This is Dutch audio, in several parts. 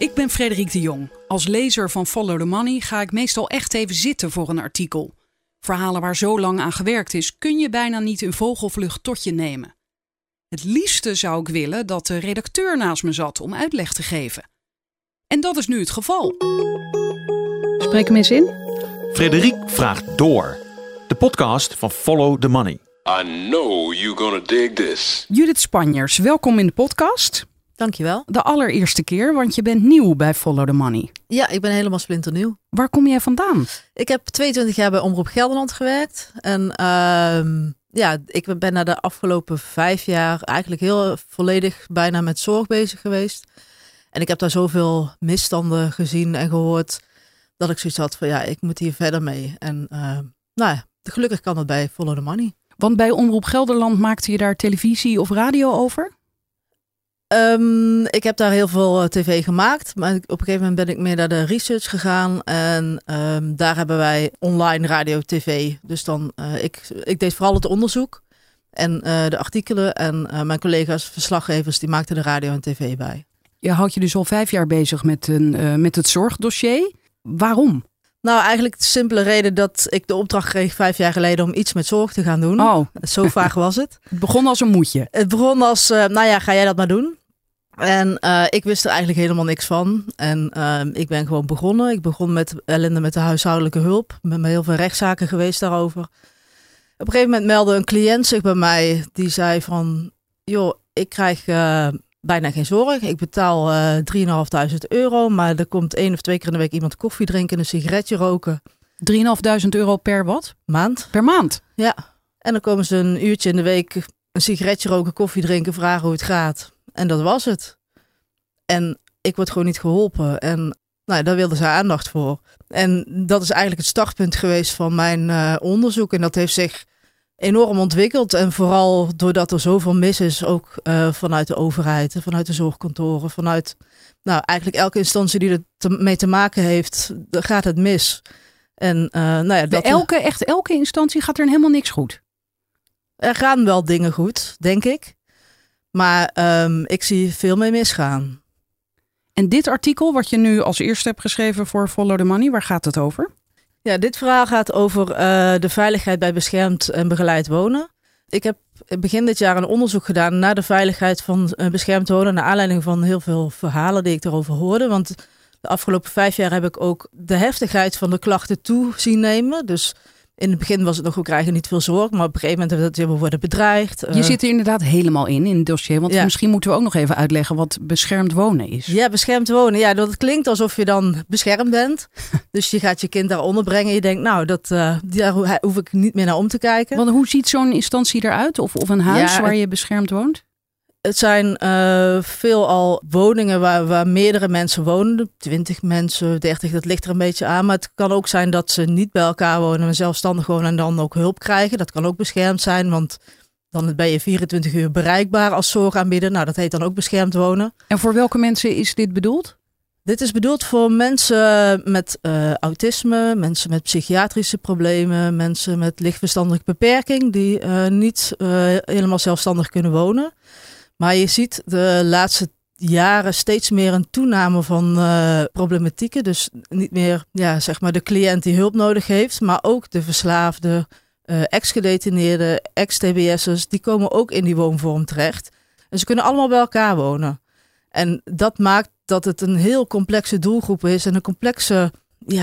Ik ben Frederik de Jong. Als lezer van Follow the Money ga ik meestal echt even zitten voor een artikel. Verhalen waar zo lang aan gewerkt is, kun je bijna niet in vogelvlucht tot je nemen. Het liefste zou ik willen dat de redacteur naast me zat om uitleg te geven. En dat is nu het geval. Spreek hem eens in. Frederik vraagt door. De podcast van Follow the Money. I know you're gonna dig this. Judith Spanjers, welkom in de podcast. Dankjewel. De allereerste keer, want je bent nieuw bij Follow the Money. Ja, ik ben helemaal splinternieuw. Waar kom jij vandaan? Ik heb 22 jaar bij Omroep Gelderland gewerkt. En ik ben na de afgelopen 5 jaar eigenlijk heel volledig bijna met zorg bezig geweest. En ik heb daar zoveel misstanden gezien en gehoord dat ik zoiets had van ik moet hier verder mee. En gelukkig kan dat bij Follow the Money. Want bij Omroep Gelderland maakte je daar televisie of radio over? Ik heb daar heel veel tv gemaakt, maar op een gegeven moment ben ik meer naar de research gegaan en daar hebben wij online radio, tv. Dus dan, ik deed vooral het onderzoek en de artikelen en mijn collega's, verslaggevers, die maakten de radio en tv bij. Je houdt je dus al 5 jaar bezig met het zorgdossier. Waarom? Nou, eigenlijk de simpele reden dat ik de opdracht kreeg 5 jaar geleden om iets met zorg te gaan doen. Oh. Zo vaag was het. Het begon als een moedje. Het begon als, ga jij dat maar doen? En ik wist er eigenlijk helemaal niks van. En ik ben gewoon begonnen. Ik begon met ellende met de huishoudelijke hulp. Ik ben heel veel rechtszaken geweest daarover. Op een gegeven moment meldde een cliënt zich bij mij. Die zei van, joh, ik krijg bijna geen zorg. Ik betaal €3.500. Maar er komt 1 of 2 keer in de week iemand koffie drinken en een sigaretje roken. €3.500 per wat? Maand. Per maand? Ja. En dan komen ze een uurtje in de week een sigaretje roken, koffie drinken, vragen hoe het gaat. En dat was het. En ik word gewoon niet geholpen. En daar wilden ze aandacht voor. En dat is eigenlijk het startpunt geweest van mijn onderzoek. En dat heeft zich enorm ontwikkeld. En vooral doordat er zoveel mis is, ook vanuit de overheid, vanuit de zorgkantoren, vanuit eigenlijk elke instantie die er mee te maken heeft, gaat het mis. En Bij elke instantie gaat er helemaal niks goed. Er gaan wel dingen goed, denk ik. Maar ik zie veel mee misgaan. En dit artikel, wat je nu als eerste hebt geschreven voor Follow the Money, waar gaat het over? Ja, dit verhaal gaat over de veiligheid bij beschermd en begeleid wonen. Ik heb begin dit jaar een onderzoek gedaan naar de veiligheid van beschermd wonen. Naar aanleiding van heel veel verhalen die ik erover hoorde. Want de afgelopen 5 jaar heb ik ook de heftigheid van de klachten toe zien nemen. Dus in het begin was het nog, we krijgen niet veel zorg. Maar op een gegeven moment we worden bedreigd. Je zit er inderdaad helemaal in het dossier. Want misschien moeten we ook nog even uitleggen wat beschermd wonen is. Ja, beschermd wonen. Ja, dat klinkt alsof je dan beschermd bent. Dus je gaat je kind daar onderbrengen. Je denkt, daar hoef ik niet meer naar om te kijken. Want hoe ziet zo'n instantie eruit? Of een huis waar je beschermd woont? Het zijn veelal woningen waar meerdere mensen wonen. 20 mensen, 30, dat ligt er een beetje aan. Maar het kan ook zijn dat ze niet bij elkaar wonen, maar zelfstandig wonen en dan ook hulp krijgen. Dat kan ook beschermd zijn, want dan ben je 24 uur bereikbaar als zorgaanbieder. Dat heet dan ook beschermd wonen. En voor welke mensen is dit bedoeld? Dit is bedoeld voor mensen met autisme, mensen met psychiatrische problemen, mensen met lichtverstandelijke beperking die niet helemaal zelfstandig kunnen wonen. Maar je ziet de laatste jaren steeds meer een toename van problematieken. Dus niet meer de cliënt die hulp nodig heeft, maar ook de verslaafde, ex-gedetineerden, ex-TBS'ers, die komen ook in die woonvorm terecht. En ze kunnen allemaal bij elkaar wonen. En dat maakt dat het een heel complexe doelgroep is en een complexe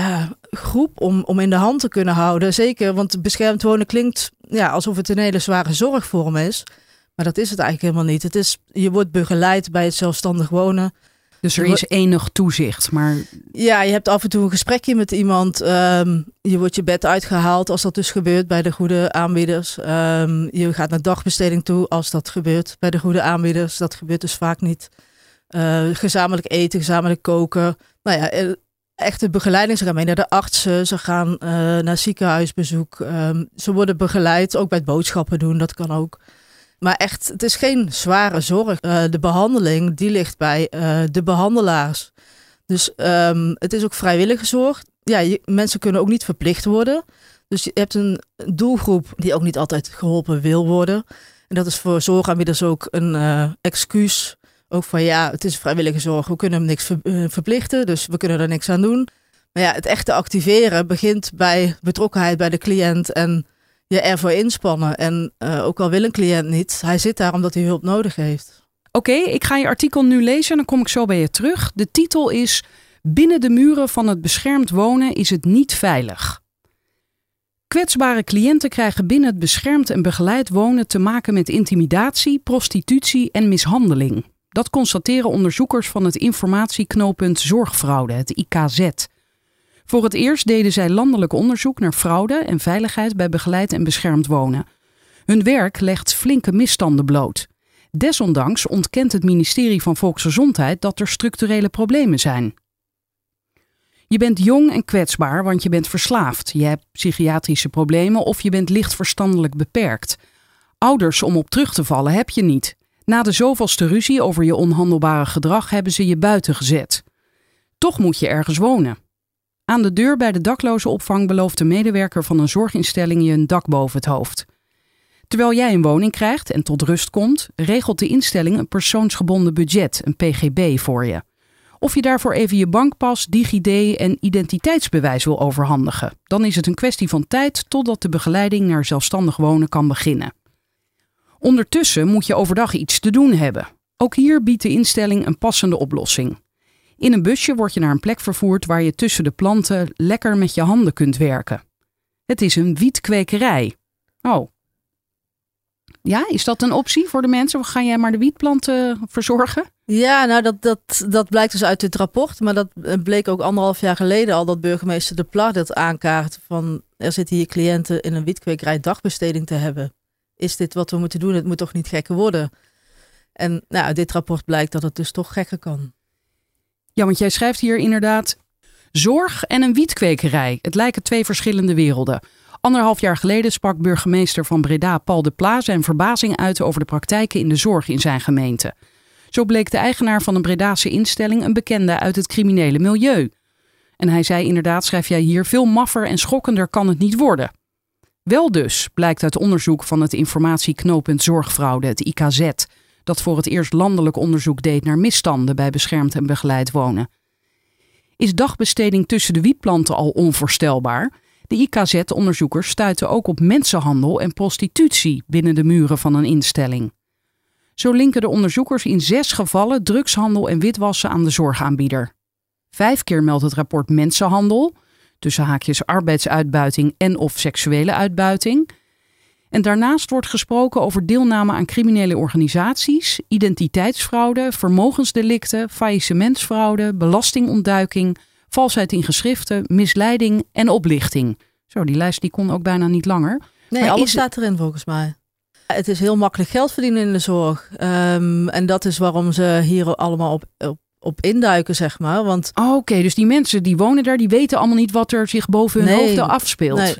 groep om in de hand te kunnen houden. Zeker, want beschermd wonen klinkt alsof het een hele zware zorgvorm is. Maar dat is het eigenlijk helemaal niet. Je wordt begeleid bij het zelfstandig wonen. Dus er is enig toezicht. Maar ja, je hebt af en toe een gesprekje met iemand. Je wordt je bed uitgehaald als dat dus gebeurt bij de goede aanbieders. Je gaat naar dagbesteding toe als dat gebeurt bij de goede aanbieders. Dat gebeurt dus vaak niet. Gezamenlijk eten, gezamenlijk koken. Echte begeleiding. Ze gaan mee naar de artsen. Ze gaan naar ziekenhuisbezoek. Ze worden begeleid. Ook bij het boodschappen doen. Dat kan ook. Maar echt, het is geen zware zorg. De behandeling, die ligt bij de behandelaars. Dus het is ook vrijwillige zorg. Ja, mensen kunnen ook niet verplicht worden. Dus je hebt een doelgroep die ook niet altijd geholpen wil worden. En dat is voor zorgaanbieders ook een excuus ook van het is vrijwillige zorg. We kunnen hem niks verplichten, dus we kunnen er niks aan doen. Maar het echte activeren begint bij betrokkenheid bij de cliënt en je ervoor inspannen. En ook al wil een cliënt niet, hij zit daar omdat hij hulp nodig heeft. Oké, ik ga je artikel nu lezen en dan kom ik zo bij je terug. De titel is: Binnen de muren van het beschermd wonen is het niet veilig. Kwetsbare cliënten krijgen binnen het beschermd en begeleid wonen te maken met intimidatie, prostitutie en mishandeling. Dat constateren onderzoekers van het informatieknooppunt Zorgfraude, het IKZ. Voor het eerst deden zij landelijk onderzoek naar fraude en veiligheid bij begeleid en beschermd wonen. Hun werk legt flinke misstanden bloot. Desondanks ontkent het ministerie van Volksgezondheid dat er structurele problemen zijn. Je bent jong en kwetsbaar, want je bent verslaafd. Je hebt psychiatrische problemen of je bent licht verstandelijk beperkt. Ouders om op terug te vallen heb je niet. Na de zoveelste ruzie over je onhandelbare gedrag hebben ze je buiten gezet. Toch moet je ergens wonen. Aan de deur bij de daklozenopvang belooft de medewerker van een zorginstelling je een dak boven het hoofd. Terwijl jij een woning krijgt en tot rust komt, regelt de instelling een persoonsgebonden budget, een PGB, voor je. Of je daarvoor even je bankpas, DigiD en identiteitsbewijs wil overhandigen. Dan is het een kwestie van tijd totdat de begeleiding naar zelfstandig wonen kan beginnen. Ondertussen moet je overdag iets te doen hebben. Ook hier biedt de instelling een passende oplossing. In een busje word je naar een plek vervoerd waar je tussen de planten lekker met je handen kunt werken. Het is een wietkwekerij. Oh. Ja, is dat een optie voor de mensen? Ga jij maar de wietplanten verzorgen? Ja, nou dat blijkt dus uit dit rapport. Maar dat bleek ook 1,5 jaar geleden al dat burgemeester De Pla dat aankaart. Van er zitten hier cliënten in een wietkwekerij dagbesteding te hebben. Is dit wat we moeten doen? Het moet toch niet gekker worden? En uit dit rapport blijkt dat het dus toch gekker kan. Ja, want jij schrijft hier inderdaad: zorg en een wietkwekerij. Het lijken 2 verschillende werelden. 1,5 jaar geleden sprak burgemeester van Breda Paul de Pla zijn verbazing uit over de praktijken in de zorg in zijn gemeente. Zo bleek de eigenaar van een Bredaanse instelling een bekende uit het criminele milieu. En hij zei inderdaad, schrijf jij hier, veel maffer en schokkender kan het niet worden. Wel dus, blijkt uit onderzoek van het informatieknooppunt Zorgfraude, het IKZ, dat voor het eerst landelijk onderzoek deed naar misstanden bij beschermd en begeleid wonen. Is dagbesteding tussen de wietplanten al onvoorstelbaar? De IKZ-onderzoekers stuiten ook op mensenhandel en prostitutie binnen de muren van een instelling. Zo linken de onderzoekers in 6 gevallen drugshandel en witwassen aan de zorgaanbieder. 5 keer meldt het rapport mensenhandel, tussen haakjes arbeidsuitbuiting en of seksuele uitbuiting. En daarnaast wordt gesproken over deelname aan criminele organisaties, identiteitsfraude, vermogensdelicten, faillissementsfraude, belastingontduiking, valsheid in geschriften, misleiding en oplichting. Zo, die lijst die kon ook bijna niet langer. Nee, maar alles staat erin volgens mij. Het is heel makkelijk geld verdienen in de zorg. En dat is waarom ze hier allemaal op induiken, zeg maar. Want Oké, dus die mensen die wonen daar, die weten allemaal niet wat er zich boven hun hoofden afspeelt.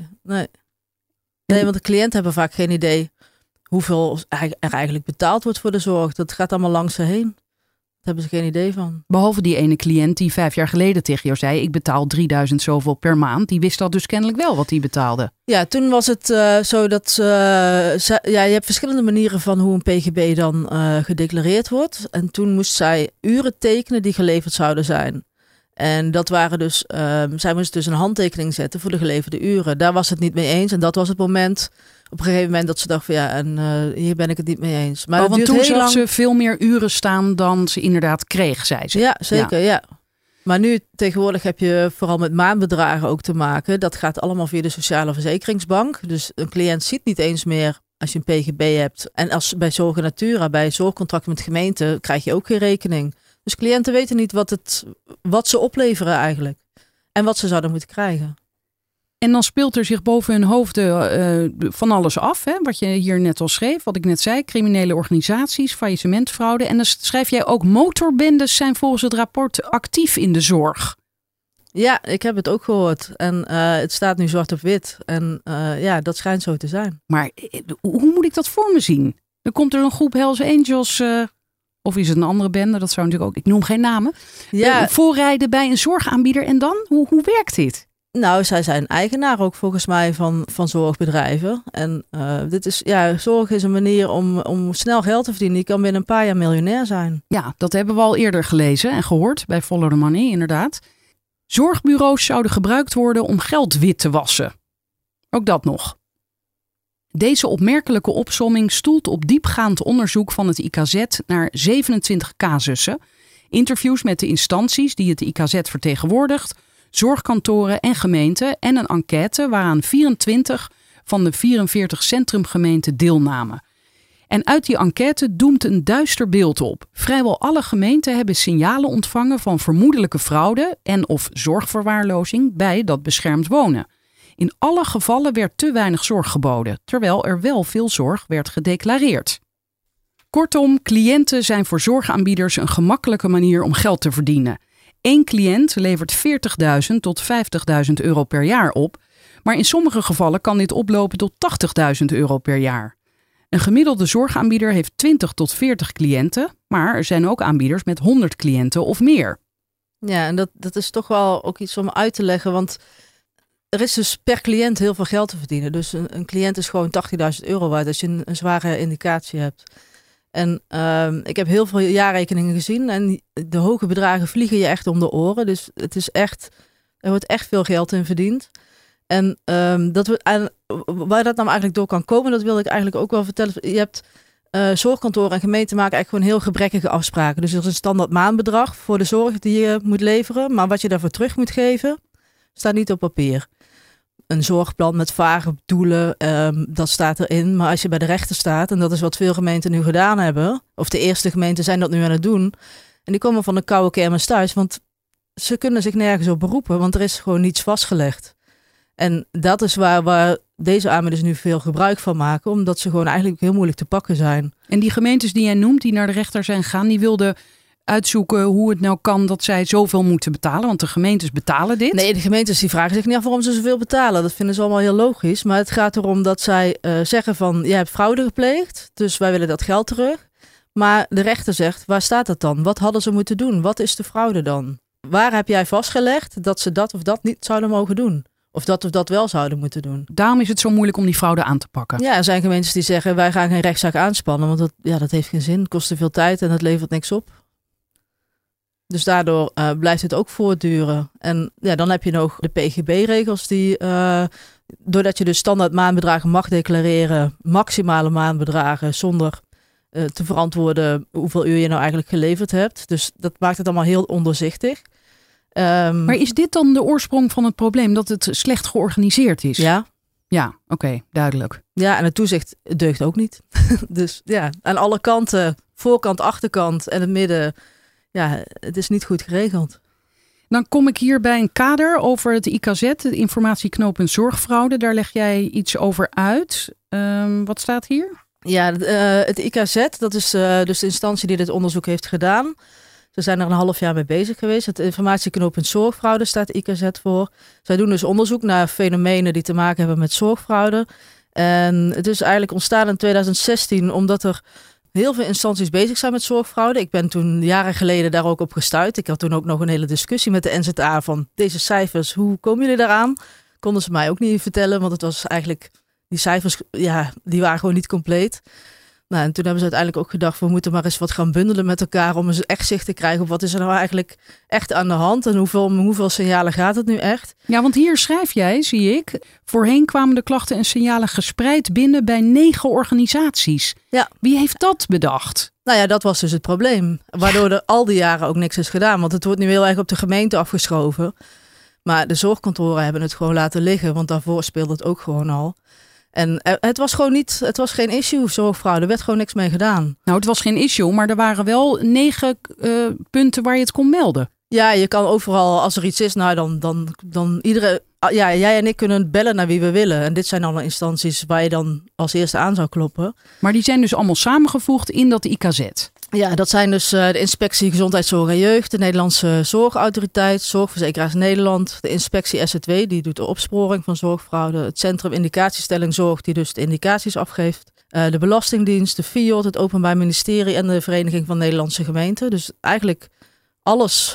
Nee, want de cliënten hebben vaak geen idee hoeveel er eigenlijk betaald wordt voor de zorg. Dat gaat allemaal langs ze heen. Daar hebben ze geen idee van. Behalve die ene cliënt die 5 jaar geleden tegen jou zei, ik betaal 3000 zoveel per maand. Die wist dat dus kennelijk wel wat die betaalde. Ja, toen was het zo dat je hebt verschillende manieren van hoe een PGB dan gedeclareerd wordt. En toen moest zij uren tekenen die geleverd zouden zijn. En dat waren dus, zij moest dus een handtekening zetten voor de geleverde uren. Daar was het niet mee eens. En dat was het moment, op een gegeven moment, dat ze dacht van hier ben ik het niet mee eens. Maar want toen zag ze veel meer uren staan dan ze inderdaad kreeg, zei ze. Ja, zeker, ja. Maar nu tegenwoordig heb je vooral met maandbedragen ook te maken. Dat gaat allemaal via de Sociale Verzekeringsbank. Dus een cliënt ziet niet eens meer als je een PGB hebt. En als bij Zorg en Natura, bij zorgcontracten met gemeente, krijg je ook geen rekening. Dus cliënten weten niet wat ze opleveren eigenlijk. En wat ze zouden moeten krijgen. En dan speelt er zich boven hun hoofden van alles af. Hè? Wat je hier net al schreef, wat ik net zei. Criminele organisaties, faillissementfraude. En dan schrijf jij ook, motorbendes zijn volgens het rapport actief in de zorg. Ja, ik heb het ook gehoord. En het staat nu zwart op wit. En dat schijnt zo te zijn. Maar hoe moet ik dat voor me zien? Dan komt er een groep Hells Angels, of is het een andere bende? Dat zou natuurlijk ook, ik noem geen namen. Ja. Voorrijden bij een zorgaanbieder en dan? Hoe werkt dit? Nou, zij zijn eigenaar ook volgens mij van zorgbedrijven. En zorg is een manier om snel geld te verdienen. Je kan binnen een paar jaar miljonair zijn. Ja, dat hebben we al eerder gelezen en gehoord bij Follow the Money, inderdaad. Zorgbureaus zouden gebruikt worden om geld wit te wassen. Ook dat nog. Deze opmerkelijke opsomming stoelt op diepgaand onderzoek van het IKZ naar 27 casussen, interviews met de instanties die het IKZ vertegenwoordigt, zorgkantoren en gemeenten en een enquête waaraan 24 van de 44 centrumgemeenten deelnamen. En uit die enquête doemt een duister beeld op. Vrijwel alle gemeenten hebben signalen ontvangen van vermoedelijke fraude en of zorgverwaarlozing bij dat beschermd wonen. In alle gevallen werd te weinig zorg geboden, terwijl er wel veel zorg werd gedeclareerd. Kortom, cliënten zijn voor zorgaanbieders een gemakkelijke manier om geld te verdienen. 1 cliënt levert 40.000 tot 50.000 euro per jaar op, maar in sommige gevallen kan dit oplopen tot 80.000 euro per jaar. Een gemiddelde zorgaanbieder heeft 20 tot 40 cliënten, maar er zijn ook aanbieders met 100 cliënten of meer. Ja, en dat is toch wel ook iets om uit te leggen, want er is dus per cliënt heel veel geld te verdienen. Dus een cliënt is gewoon 80.000 euro waard als je een zware indicatie hebt. En ik heb heel veel jaarrekeningen gezien en de hoge bedragen vliegen je echt om de oren. Dus het is echt, er wordt echt veel geld in verdiend. En waar dat nou eigenlijk door kan komen, dat wil ik eigenlijk ook wel vertellen. Je hebt zorgkantoren en gemeenten maken eigenlijk gewoon heel gebrekkige afspraken. Dus er is een standaard maandbedrag voor de zorg die je moet leveren. Maar wat je daarvoor terug moet geven, staat niet op papier. Een zorgplan met vage doelen, dat staat erin. Maar als je bij de rechter staat, en dat is wat veel gemeenten nu gedaan hebben, of de eerste gemeenten zijn dat nu aan het doen, en die komen van de koude kermis thuis, want ze kunnen zich nergens op beroepen, want er is gewoon niets vastgelegd. En dat is waar deze aanbieders nu veel gebruik van maken, omdat ze gewoon eigenlijk heel moeilijk te pakken zijn. En die gemeentes die jij noemt, die naar de rechter zijn gegaan, die wilden uitzoeken hoe het nou kan dat zij zoveel moeten betalen. Want de gemeentes betalen dit. Nee, de gemeentes die vragen zich niet af waarom ze zoveel betalen. Dat vinden ze allemaal heel logisch. Maar het gaat erom dat zij zeggen van, jij hebt fraude gepleegd, dus wij willen dat geld terug. Maar de rechter zegt, waar staat dat dan? Wat hadden ze moeten doen? Wat is de fraude dan? Waar heb jij vastgelegd dat ze dat of dat niet zouden mogen doen? Of dat wel zouden moeten doen. Daarom is het zo moeilijk om die fraude aan te pakken. Ja, er zijn gemeentes die zeggen, wij gaan geen rechtszaak aanspannen. Want dat heeft geen zin. Het kost te veel tijd en het levert niks op. Dus daardoor blijft het ook voortduren. En ja, dan heb je nog de PGB-regels die, doordat je dus standaard maandbedragen mag declareren, maximale maandbedragen, zonder te verantwoorden hoeveel uur je nou eigenlijk geleverd hebt. Dus dat maakt het allemaal heel ondoorzichtig. Maar is dit dan de oorsprong van het probleem, dat het slecht georganiseerd is? Ja. Ja, oké, duidelijk. Ja, en het toezicht deugt ook niet. Dus ja, aan alle kanten, voorkant, achterkant en het midden, ja, het is niet goed geregeld. Dan kom ik hier bij een kader over het IKZ, het informatieknooppunt zorgfraude. Daar leg jij iets over uit. Wat staat hier? Ja, het IKZ, dat is dus de instantie die dit onderzoek heeft gedaan. Ze zijn er een half jaar mee bezig geweest. Het informatieknooppunt zorgfraude staat IKZ voor. Zij doen dus onderzoek naar fenomenen die te maken hebben met zorgfraude. En het is eigenlijk ontstaan in 2016 omdat er heel veel instanties bezig zijn met zorgfraude. Ik ben toen jaren geleden daar ook op gestuurd. Ik had toen ook nog een hele discussie met de NZA van deze cijfers. Hoe komen jullie daaraan? Konden ze mij ook niet vertellen, want het was eigenlijk, die cijfers, ja, die waren gewoon niet compleet. Nou, en toen hebben ze uiteindelijk ook gedacht, we moeten maar eens wat gaan bundelen met elkaar om eens echt zicht te krijgen op wat is er nou eigenlijk echt aan de hand en hoeveel signalen gaat het nu echt. Ja, want hier schrijf jij, zie ik, voorheen kwamen de klachten en signalen gespreid binnen bij 9 organisaties. Ja. Wie heeft dat bedacht? Nou ja, dat was dus het probleem. Waardoor er al die jaren ook niks is gedaan, want het wordt nu heel erg op de gemeente afgeschoven. Maar de zorgkantoren hebben het gewoon laten liggen, want daarvoor speelde het ook gewoon al. En het was geen issue, zorgfraude. Er werd gewoon niks mee gedaan. Nou, het was geen issue, maar er waren wel 9 punten waar je het kon melden. Ja, je kan overal, als er iets is, nou dan iedere... Ja, jij en ik kunnen bellen naar wie we willen. En dit zijn alle instanties waar je dan als eerste aan zou kloppen. Maar die zijn dus allemaal samengevoegd in dat IKZ? Ja, dat zijn dus de Inspectie Gezondheidszorg en Jeugd, de Nederlandse Zorgautoriteit, Zorgverzekeraars Nederland, de Inspectie SZW, die doet de opsporing van zorgfraude, het Centrum Indicatiestelling Zorg, die dus de indicaties afgeeft, de Belastingdienst, de FIOD, het Openbaar Ministerie en de Vereniging van Nederlandse Gemeenten. Dus eigenlijk alles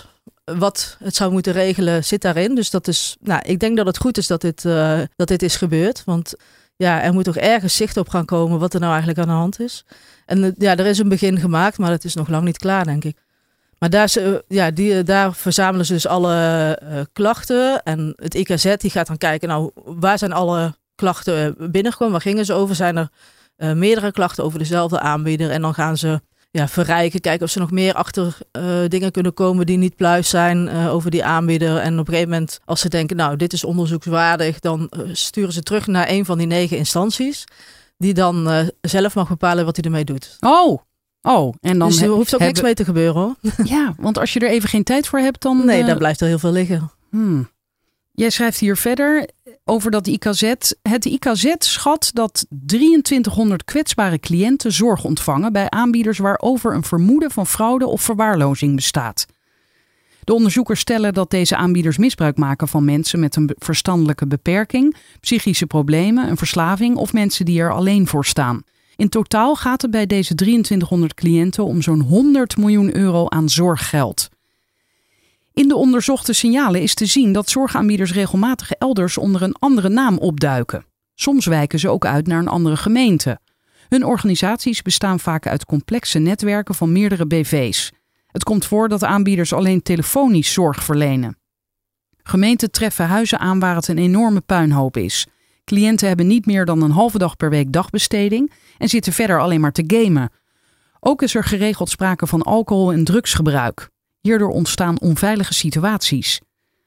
wat het zou moeten regelen zit daarin. Dus dat is, ik denk dat het goed is dat dit is gebeurd. Want er moet toch ergens zicht op gaan komen wat er nou eigenlijk aan de hand is. En er is een begin gemaakt, maar het is nog lang niet klaar, denk ik. Maar daar verzamelen ze dus alle klachten. En het IKZ die gaat dan kijken, waar zijn alle klachten binnengekomen? Waar gingen ze over? Zijn er meerdere klachten over dezelfde aanbieder? En dan gaan ze verrijken, kijken of ze nog meer achter dingen kunnen komen die niet pluis zijn over die aanbieder. En op een gegeven moment, als ze denken, dit is onderzoekswaardig, dan sturen ze terug naar een van die 9 instanties. Die dan zelf mag bepalen wat hij ermee doet. En dan dus er hoeft ook niks mee te gebeuren, hoor. Ja, want als je er even geen tijd voor hebt, dan... Nee, dan blijft er heel veel liggen. Jij schrijft hier verder over dat IKZ. Het IKZ schat dat 2300 kwetsbare cliënten zorg ontvangen bij aanbieders waarover een vermoeden van fraude of verwaarlozing bestaat. De onderzoekers stellen dat deze aanbieders misbruik maken van mensen met een verstandelijke beperking, psychische problemen, een verslaving of mensen die er alleen voor staan. In totaal gaat het bij deze 2300 cliënten om zo'n 100 miljoen euro aan zorggeld. In de onderzochte signalen is te zien dat zorgaanbieders regelmatig elders onder een andere naam opduiken. Soms wijken ze ook uit naar een andere gemeente. Hun organisaties bestaan vaak uit complexe netwerken van meerdere BV's. Het komt voor dat aanbieders alleen telefonisch zorg verlenen. Gemeenten treffen huizen aan waar het een enorme puinhoop is. Cliënten hebben niet meer dan een halve dag per week dagbesteding en zitten verder alleen maar te gamen. Ook is er geregeld sprake van alcohol- en drugsgebruik. Hierdoor ontstaan onveilige situaties.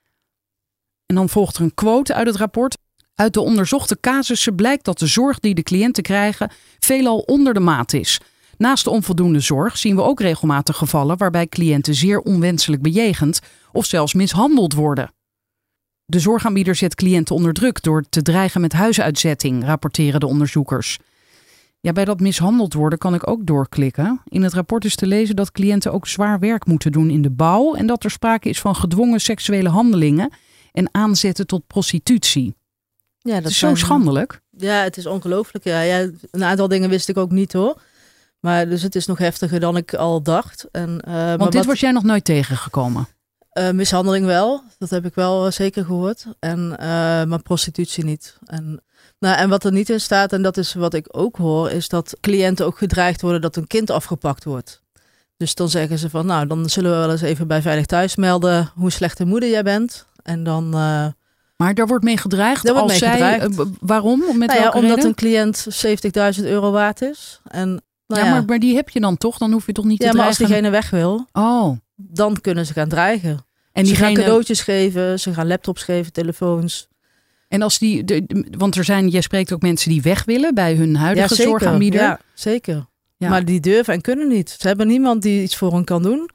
En dan volgt er een quote uit het rapport. Uit de onderzochte casussen blijkt dat de zorg die de cliënten krijgen veelal onder de maat is. Naast de onvoldoende zorg zien we ook regelmatig gevallen waarbij cliënten zeer onwenselijk bejegend of zelfs mishandeld worden. De zorgaanbieder zet cliënten onder druk door te dreigen met huisuitzetting, rapporteren de onderzoekers. Ja, bij dat mishandeld worden kan ik ook doorklikken. In het rapport is te lezen dat cliënten ook zwaar werk moeten doen in de bouw en dat er sprake is van gedwongen seksuele handelingen en aanzetten tot prostitutie. Ja, dat is zo schandelijk. Ja, het is ongelooflijk. Ja, een aantal dingen wist ik ook niet, hoor. Maar dus het is nog heftiger dan ik al dacht. Want dit was jij nog nooit tegengekomen? Mishandeling wel, dat heb ik wel zeker gehoord. Maar prostitutie niet. En wat er niet in staat, en dat is wat ik ook hoor, is dat cliënten ook gedreigd worden dat een kind afgepakt wordt. Dus dan zeggen ze van, dan zullen we wel eens even bij Veilig Thuis melden hoe slechte moeder jij bent. En dan... Maar daar wordt mee gedreigd? Waarom? Omdat een cliënt €70.000 waard is. Maar die heb je dan toch? Dan hoef je toch niet te dreigen? Ja, maar als diegene weg wil, dan kunnen ze gaan dreigen. En ze gaan cadeautjes geven, ze gaan laptops geven, telefoons. En als want jij spreekt ook mensen die weg willen bij hun huidige zorgaanbieder. Ja, zeker. Ja. Maar die durven en kunnen niet. Ze hebben niemand die iets voor hen kan doen.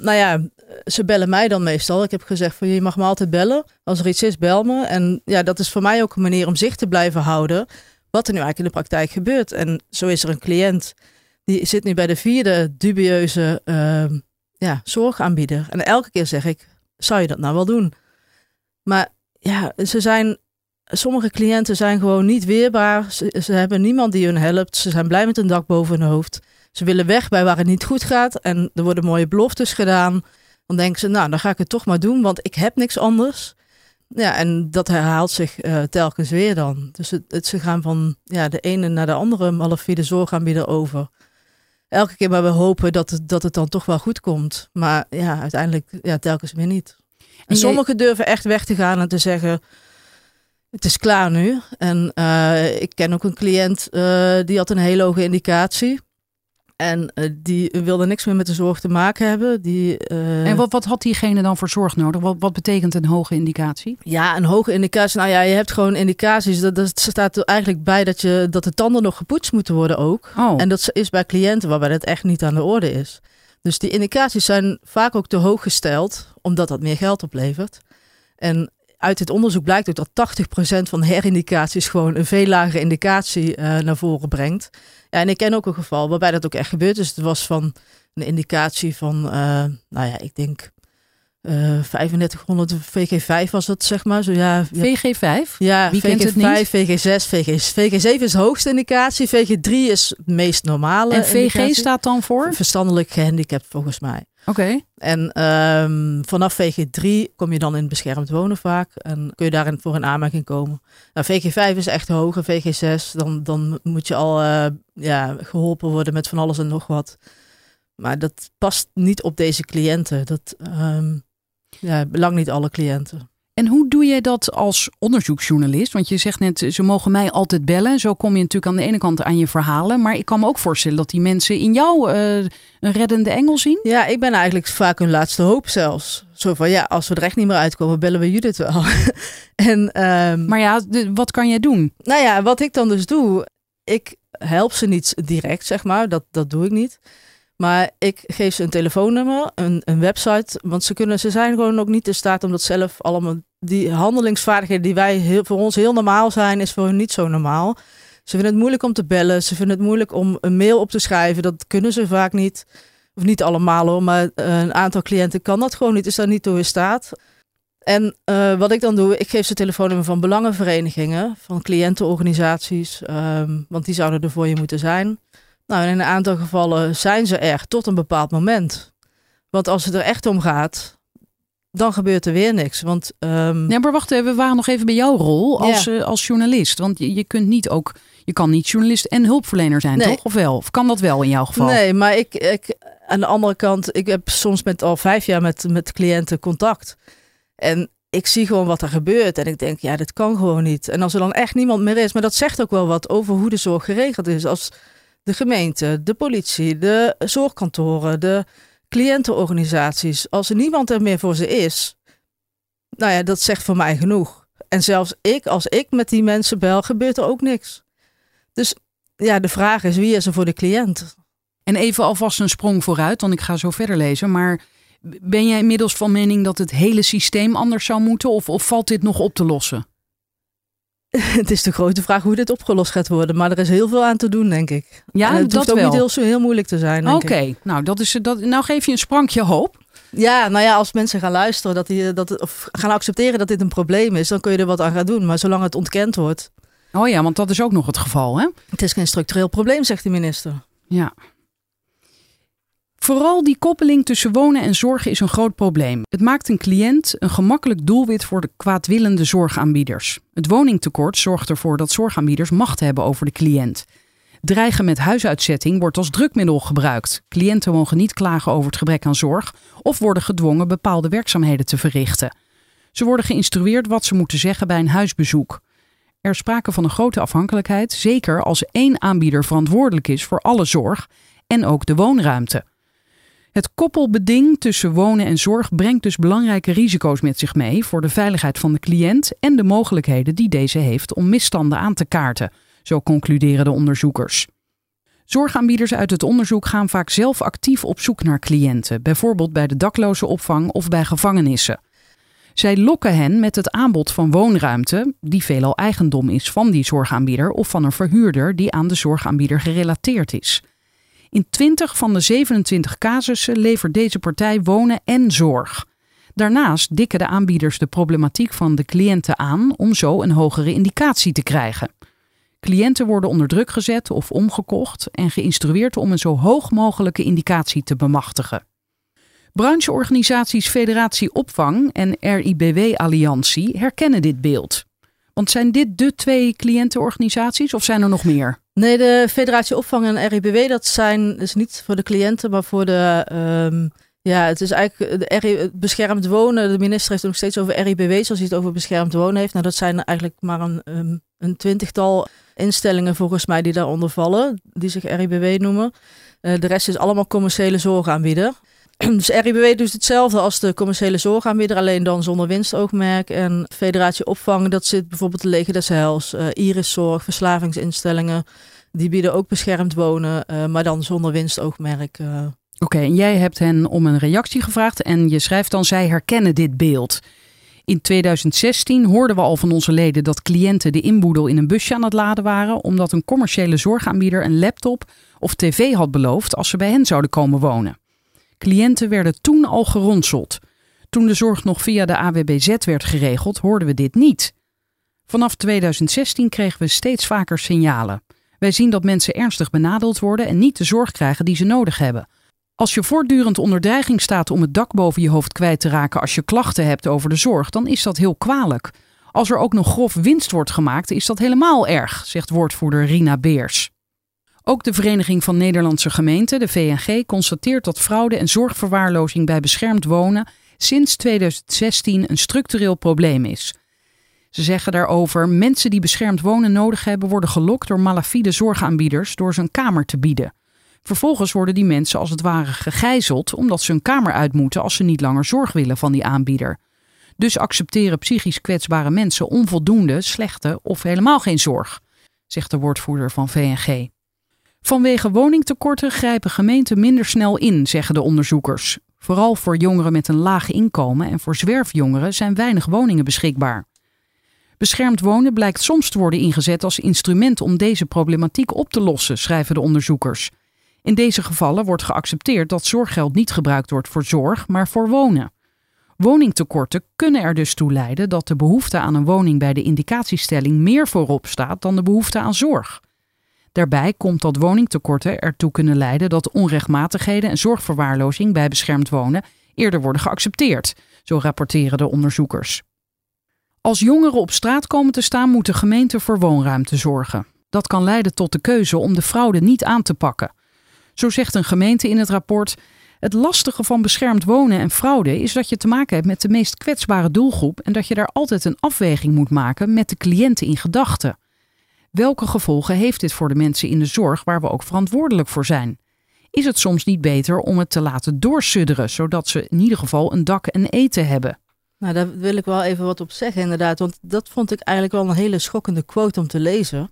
Ze bellen mij dan meestal. Ik heb gezegd van je mag me altijd bellen. Als er iets is, bel me. En dat is voor mij ook een manier om zicht te blijven houden wat er nu eigenlijk in de praktijk gebeurt. En zo is er een cliënt die zit nu bij de 4e dubieuze zorgaanbieder. En elke keer zeg ik, zou je dat nou wel doen? Maar sommige cliënten zijn gewoon niet weerbaar. Ze hebben niemand die hun helpt. Ze zijn blij met een dak boven hun hoofd. Ze willen weg bij waar het niet goed gaat. En er worden mooie beloftes gedaan. Dan denken ze, dan ga ik het toch maar doen, want ik heb niks anders. Ja, en dat herhaalt zich telkens weer dan. Dus ze gaan van de ene naar de andere malafide zorgaanbieder over. Elke keer maar we hopen dat het dan toch wel goed komt. Maar uiteindelijk telkens weer niet. En sommigen durven echt weg te gaan en te zeggen, het is klaar nu. En ik ken ook een cliënt die had een hele hoge indicatie. En die wilde niks meer met de zorg te maken hebben. En wat had diegene dan voor zorg nodig? Wat betekent een hoge indicatie? Ja, een hoge indicatie. Je hebt gewoon indicaties. Dat staat er eigenlijk bij dat de tanden nog gepoetst moeten worden ook. Oh. En dat is bij cliënten waarbij dat echt niet aan de orde is. Dus die indicaties zijn vaak ook te hoog gesteld, omdat dat meer geld oplevert. En uit dit onderzoek blijkt ook dat 80% van herindicaties gewoon een veel lagere indicatie naar voren brengt. Ja, en ik ken ook een geval waarbij dat ook echt gebeurt. Dus het was van een indicatie van, ik denk 3500 VG5 was het, zeg maar. Zo, ja, VG5? Ja, Wie VG5, kent het niet? VG6, VG7 is de hoogste indicatie. VG3 is het meest normale En VG indicatie. staat dan voor? Verstandelijk gehandicapt, volgens mij. Oké. En vanaf VG3 kom je dan in beschermd wonen vaak. En kun je daarin voor in aanmerking komen. Nou, VG5 is echt hoger, VG6. Dan moet je al geholpen worden met van alles en nog wat. Maar dat past niet op deze cliënten. Dat lang niet alle cliënten. En hoe doe je dat als onderzoeksjournalist? Want je zegt net, ze mogen mij altijd bellen. Zo kom je natuurlijk aan de ene kant aan je verhalen. Maar ik kan me ook voorstellen dat die mensen in jou een reddende engel zien. Ja, ik ben eigenlijk vaak hun laatste hoop zelfs. Zo van, ja, als we er echt niet meer uitkomen, bellen we Judith wel. Maar ja, wat kan jij doen? Nou ja, wat ik dan dus doe, ik help ze niet direct, zeg maar. Dat doe ik niet. Maar ik geef ze een telefoonnummer, een website. Want ze zijn gewoon ook niet in staat om dat zelf allemaal... Die handelingsvaardigheden die wij voor ons heel normaal zijn, is voor hun niet zo normaal. Ze vinden het moeilijk om te bellen. Ze vinden het moeilijk om een mail op te schrijven. Dat kunnen ze vaak niet. Of niet allemaal hoor, maar een aantal cliënten kan dat gewoon niet. Is daar niet toe in staat. En wat ik dan doe, ik geef ze telefoonnummer van belangenverenigingen. Van cliëntenorganisaties. Want die zouden er voor je moeten zijn. Nou, in een aantal gevallen zijn ze er tot een bepaald moment. Want als het er echt om gaat, dan gebeurt er weer niks. Want, Nee, maar wacht even, we waren nog even bij jouw rol als journalist. Want je kan niet journalist en hulpverlener zijn, toch? Of wel? Of kan dat wel in jouw geval? Nee, maar ik aan de andere kant, ik heb soms al 5 jaar met cliënten contact. En ik zie gewoon wat er gebeurt. En ik denk, ja, dit kan gewoon niet. En als er dan echt niemand meer is, maar dat zegt ook wel wat over hoe de zorg geregeld is. Als de gemeente, de politie, de zorgkantoren, de cliëntenorganisaties. Als er niemand er meer voor ze is, nou ja, dat zegt voor mij genoeg. En zelfs als ik met die mensen bel, gebeurt er ook niks. Dus ja, de vraag is, wie is er voor de cliënt? En even alvast een sprong vooruit, want ik ga zo verder lezen. Maar ben jij inmiddels van mening dat het hele systeem anders zou moeten? Of valt dit nog op te lossen? Het is de grote vraag hoe dit opgelost gaat worden. Maar er is heel veel aan te doen, denk ik. Ja, en het dat hoeft ook wel. niet heel moeilijk te zijn, Oké, nou, nou geef je een sprankje hoop. Ja, nou ja, als mensen gaan luisteren of gaan accepteren dat dit een probleem is, dan kun je er wat aan gaan doen. Maar zolang het ontkend wordt... Oh ja, want dat is ook nog het geval, hè? Het is geen structureel probleem, zegt de minister. Ja. Vooral die koppeling tussen wonen en zorg is een groot probleem. Het maakt een cliënt een gemakkelijk doelwit voor de kwaadwillende zorgaanbieders. Het woningtekort zorgt ervoor dat zorgaanbieders macht hebben over de cliënt. Dreigen met huisuitzetting wordt als drukmiddel gebruikt. Cliënten mogen niet klagen over het gebrek aan zorg of worden gedwongen bepaalde werkzaamheden te verrichten. Ze worden geïnstrueerd wat ze moeten zeggen bij een huisbezoek. Er is sprake van een grote afhankelijkheid, zeker als één aanbieder verantwoordelijk is voor alle zorg en ook de woonruimte. Het koppelbeding tussen wonen en zorg brengt dus belangrijke risico's met zich mee voor de veiligheid van de cliënt en de mogelijkheden die deze heeft om misstanden aan te kaarten, zo concluderen de onderzoekers. Zorgaanbieders uit het onderzoek gaan vaak zelf actief op zoek naar cliënten, bijvoorbeeld bij de daklozenopvang of bij gevangenissen. Zij lokken hen met het aanbod van woonruimte, die veelal eigendom is van die zorgaanbieder of van een verhuurder die aan de zorgaanbieder gerelateerd is. In 20 van de 27 casussen levert deze partij wonen en zorg. Daarnaast dikken de aanbieders de problematiek van de cliënten aan om zo een hogere indicatie te krijgen. Cliënten worden onder druk gezet of omgekocht en geïnstrueerd om een zo hoog mogelijke indicatie te bemachtigen. Brancheorganisaties Federatie Opvang en RIBW Alliantie herkennen dit beeld. Want zijn dit de 2 cliëntenorganisaties of zijn er nog meer? Nee, de Federatie Opvang en RIBW, dat is niet voor de cliënten, maar voor de... het is eigenlijk het beschermd wonen. De minister heeft het nog steeds over RIBW, zoals hij het over beschermd wonen heeft. Nou, dat zijn eigenlijk maar een 20-tal instellingen volgens mij die daaronder vallen, die zich RIBW noemen. De rest is allemaal commerciële zorgaanbieder. Dus RIBW doet hetzelfde als de commerciële zorgaanbieder, alleen dan zonder winstoogmerk. En Federatie Opvang, dat zit bijvoorbeeld de Leger des Heils, Iriszorg, verslavingsinstellingen. Die bieden ook beschermd wonen, maar dan zonder winstoogmerk. Oké, en jij hebt hen om een reactie gevraagd en je schrijft dan, zij herkennen dit beeld. In 2016 hoorden we al van onze leden dat cliënten de inboedel in een busje aan het laden waren, omdat een commerciële zorgaanbieder een laptop of tv had beloofd als ze bij hen zouden komen wonen. Cliënten werden toen al geronseld. Toen de zorg nog via de AWBZ werd geregeld, hoorden we dit niet. Vanaf 2016 kregen we steeds vaker signalen. Wij zien dat mensen ernstig benadeeld worden en niet de zorg krijgen die ze nodig hebben. Als je voortdurend onder dreiging staat om het dak boven je hoofd kwijt te raken als je klachten hebt over de zorg, dan is dat heel kwalijk. Als er ook nog grof winst wordt gemaakt, is dat helemaal erg, zegt woordvoerder Rina Beers. Ook de Vereniging van Nederlandse Gemeenten, de VNG, constateert dat fraude en zorgverwaarlozing bij beschermd wonen sinds 2016 een structureel probleem is. Ze zeggen daarover, mensen die beschermd wonen nodig hebben worden gelokt door malafide zorgaanbieders door ze een kamer te bieden. Vervolgens worden die mensen als het ware gegijzeld omdat ze hun kamer uit moeten als ze niet langer zorg willen van die aanbieder. Dus accepteren psychisch kwetsbare mensen onvoldoende, slechte of helemaal geen zorg, zegt de woordvoerder van VNG. Vanwege woningtekorten grijpen gemeenten minder snel in, zeggen de onderzoekers. Vooral voor jongeren met een laag inkomen en voor zwerfjongeren zijn weinig woningen beschikbaar. Beschermd wonen blijkt soms te worden ingezet als instrument om deze problematiek op te lossen, schrijven de onderzoekers. In deze gevallen wordt geaccepteerd dat zorggeld niet gebruikt wordt voor zorg, maar voor wonen. Woningtekorten kunnen er dus toe leiden dat de behoefte aan een woning bij de indicatiestelling meer voorop staat dan de behoefte aan zorg. Daarbij komt dat woningtekorten ertoe kunnen leiden dat onrechtmatigheden en zorgverwaarlozing bij beschermd wonen eerder worden geaccepteerd, zo rapporteren de onderzoekers. Als jongeren op straat komen te staan, moet de gemeente voor woonruimte zorgen. Dat kan leiden tot de keuze om de fraude niet aan te pakken. Zo zegt een gemeente in het rapport: het lastige van beschermd wonen en fraude is dat je te maken hebt met de meest kwetsbare doelgroep en dat je daar altijd een afweging moet maken met de cliënten in gedachten. Welke gevolgen heeft dit voor de mensen in de zorg waar we ook verantwoordelijk voor zijn? Is het soms niet beter om het te laten doorsudderen, zodat ze in ieder geval een dak en eten hebben? Nou, daar wil ik wel even wat op zeggen inderdaad. Want dat vond ik eigenlijk wel een hele schokkende quote om te lezen.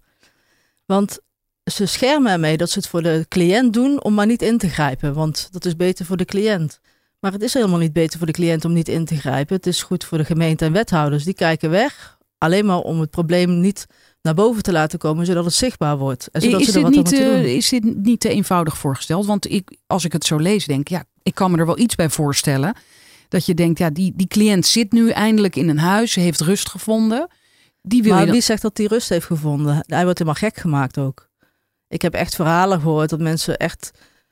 Want ze schermen ermee dat ze het voor de cliënt doen om maar niet in te grijpen. Want dat is beter voor de cliënt. Maar het is helemaal niet beter voor de cliënt om niet in te grijpen. Het is goed voor de gemeente en wethouders. Die kijken weg. Alleen maar om het probleem niet naar boven te laten komen, zodat het zichtbaar wordt. En zodat Is dit niet te eenvoudig voorgesteld? Want als ik het zo lees, denk ik, ik kan me er wel iets bij voorstellen. Dat je denkt, die cliënt zit nu eindelijk in een huis, heeft rust gevonden. Wie zegt dat hij rust heeft gevonden? Hij wordt helemaal gek gemaakt ook. Ik heb echt verhalen gehoord dat mensen echt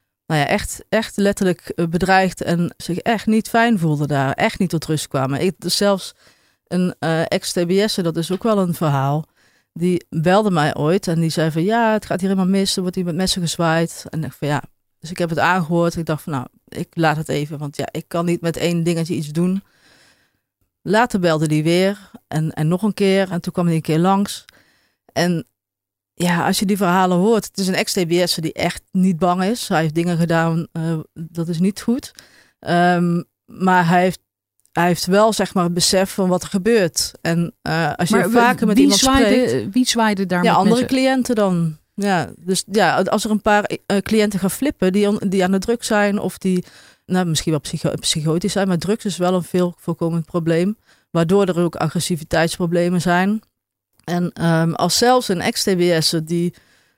letterlijk bedreigd en zich echt niet fijn voelden daar. Echt niet tot rust kwamen. Zelfs een ex-TBS'er, dat is ook wel een verhaal. Die belde mij ooit en die zei van het gaat hier helemaal mis. Er wordt hier met messen gezwaaid. En ik van dus ik heb het aangehoord. Ik dacht van ik laat het even. Want ik kan niet met één dingetje iets doen. Later belde die weer. En nog een keer. En toen kwam hij een keer langs. En als je die verhalen hoort. Het is een ex-TBS'er die echt niet bang is. Hij heeft dingen gedaan. Dat is niet goed. Maar hij heeft wel zeg maar het besef van wat er gebeurt. En als je vaker met iemand spreekt. Wie zwaaide daar met andere mensen? Cliënten dan. Ja, dus als er een paar cliënten gaan flippen die aan de drugs zijn of die misschien wel psychotisch zijn, maar drugs is wel een veel voorkomend probleem, waardoor er ook agressiviteitsproblemen zijn. En als zelfs een ex-TBS'er die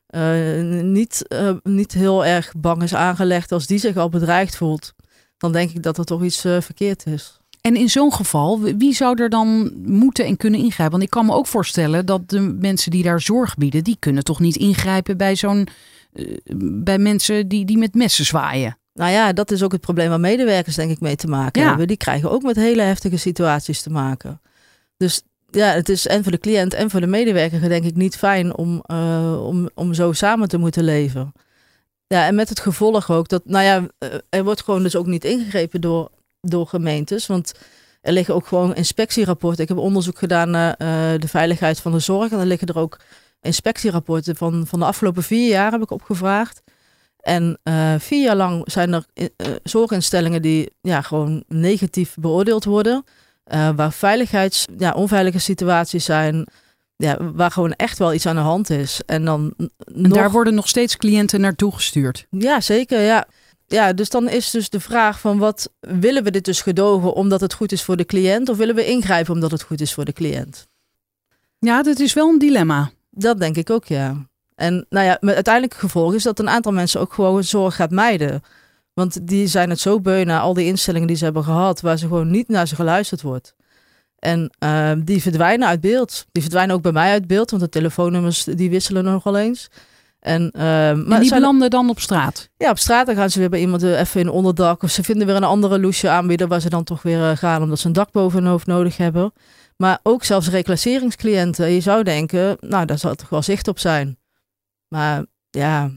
niet heel erg bang is aangelegd, als die zich al bedreigd voelt, dan denk ik dat er toch iets verkeerd is. En in zo'n geval, wie zou er dan moeten en kunnen ingrijpen? Want ik kan me ook voorstellen dat de mensen die daar zorg bieden, die kunnen toch niet ingrijpen bij mensen die met messen zwaaien? Nou ja, dat is ook het probleem waar medewerkers denk ik mee te maken hebben. Die krijgen ook met hele heftige situaties te maken. Dus het is en voor de cliënt en voor de medewerker denk ik niet fijn om zo samen te moeten leven. Ja, en met het gevolg ook dat, er wordt gewoon dus ook niet ingegrepen door gemeentes. Want er liggen ook gewoon inspectierapporten. Ik heb onderzoek gedaan naar de veiligheid van de zorg. En dan liggen er ook inspectierapporten van de afgelopen 4 jaar heb ik opgevraagd. En 4 jaar lang zijn er zorginstellingen die gewoon negatief beoordeeld worden. Waar onveilige situaties zijn. Ja, waar gewoon echt wel iets aan de hand is. En daar worden nog steeds cliënten naartoe gestuurd. Ja, zeker. Ja. Ja, dus dan is dus de vraag van wat willen we dit dus gedogen omdat het goed is voor de cliënt of willen we ingrijpen omdat het goed is voor de cliënt? Ja, dat is wel een dilemma. Dat denk ik ook, ja. En het uiteindelijke gevolg is dat een aantal mensen ook gewoon zorg gaat mijden. Want die zijn het zo beu naar al die instellingen die ze hebben gehad, waar ze gewoon niet naar ze geluisterd wordt. En die verdwijnen uit beeld. Die verdwijnen ook bij mij uit beeld, want de telefoonnummers die wisselen nog wel eens. En die belanden dan op straat? Ja, op straat. Dan gaan ze weer bij iemand even in onderdak. Of ze vinden weer een andere loesje aanbieder waar ze dan toch weer gaan omdat ze een dak boven hun hoofd nodig hebben. Maar ook zelfs reclasseringscliënten. Je zou denken, nou, daar zal toch wel zicht op zijn. Maar ja,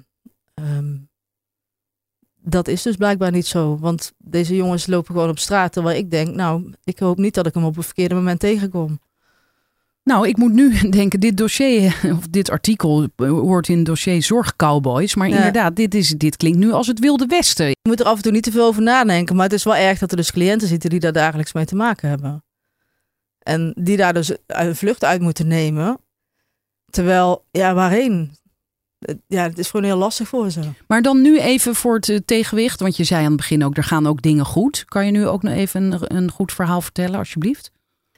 dat is dus blijkbaar niet zo. Want deze jongens lopen gewoon op straat. Terwijl ik denk, nou, ik hoop niet dat ik hem op een verkeerde moment tegenkom. Nou, ik moet nu denken, dit dossier, of dit artikel hoort in het dossier Zorgcowboys. Maar inderdaad, dit klinkt nu als het Wilde Westen. Je moet er af en toe niet te veel over nadenken. Maar het is wel erg dat er dus cliënten zitten die daar dagelijks mee te maken hebben. En die daar dus een vlucht uit moeten nemen. Terwijl, ja, waarheen? Ja, het is gewoon heel lastig voor ze. Maar dan nu even voor het tegenwicht. Want je zei aan het begin ook, er gaan ook dingen goed. Kan je nu ook nog even een goed verhaal vertellen, alsjeblieft?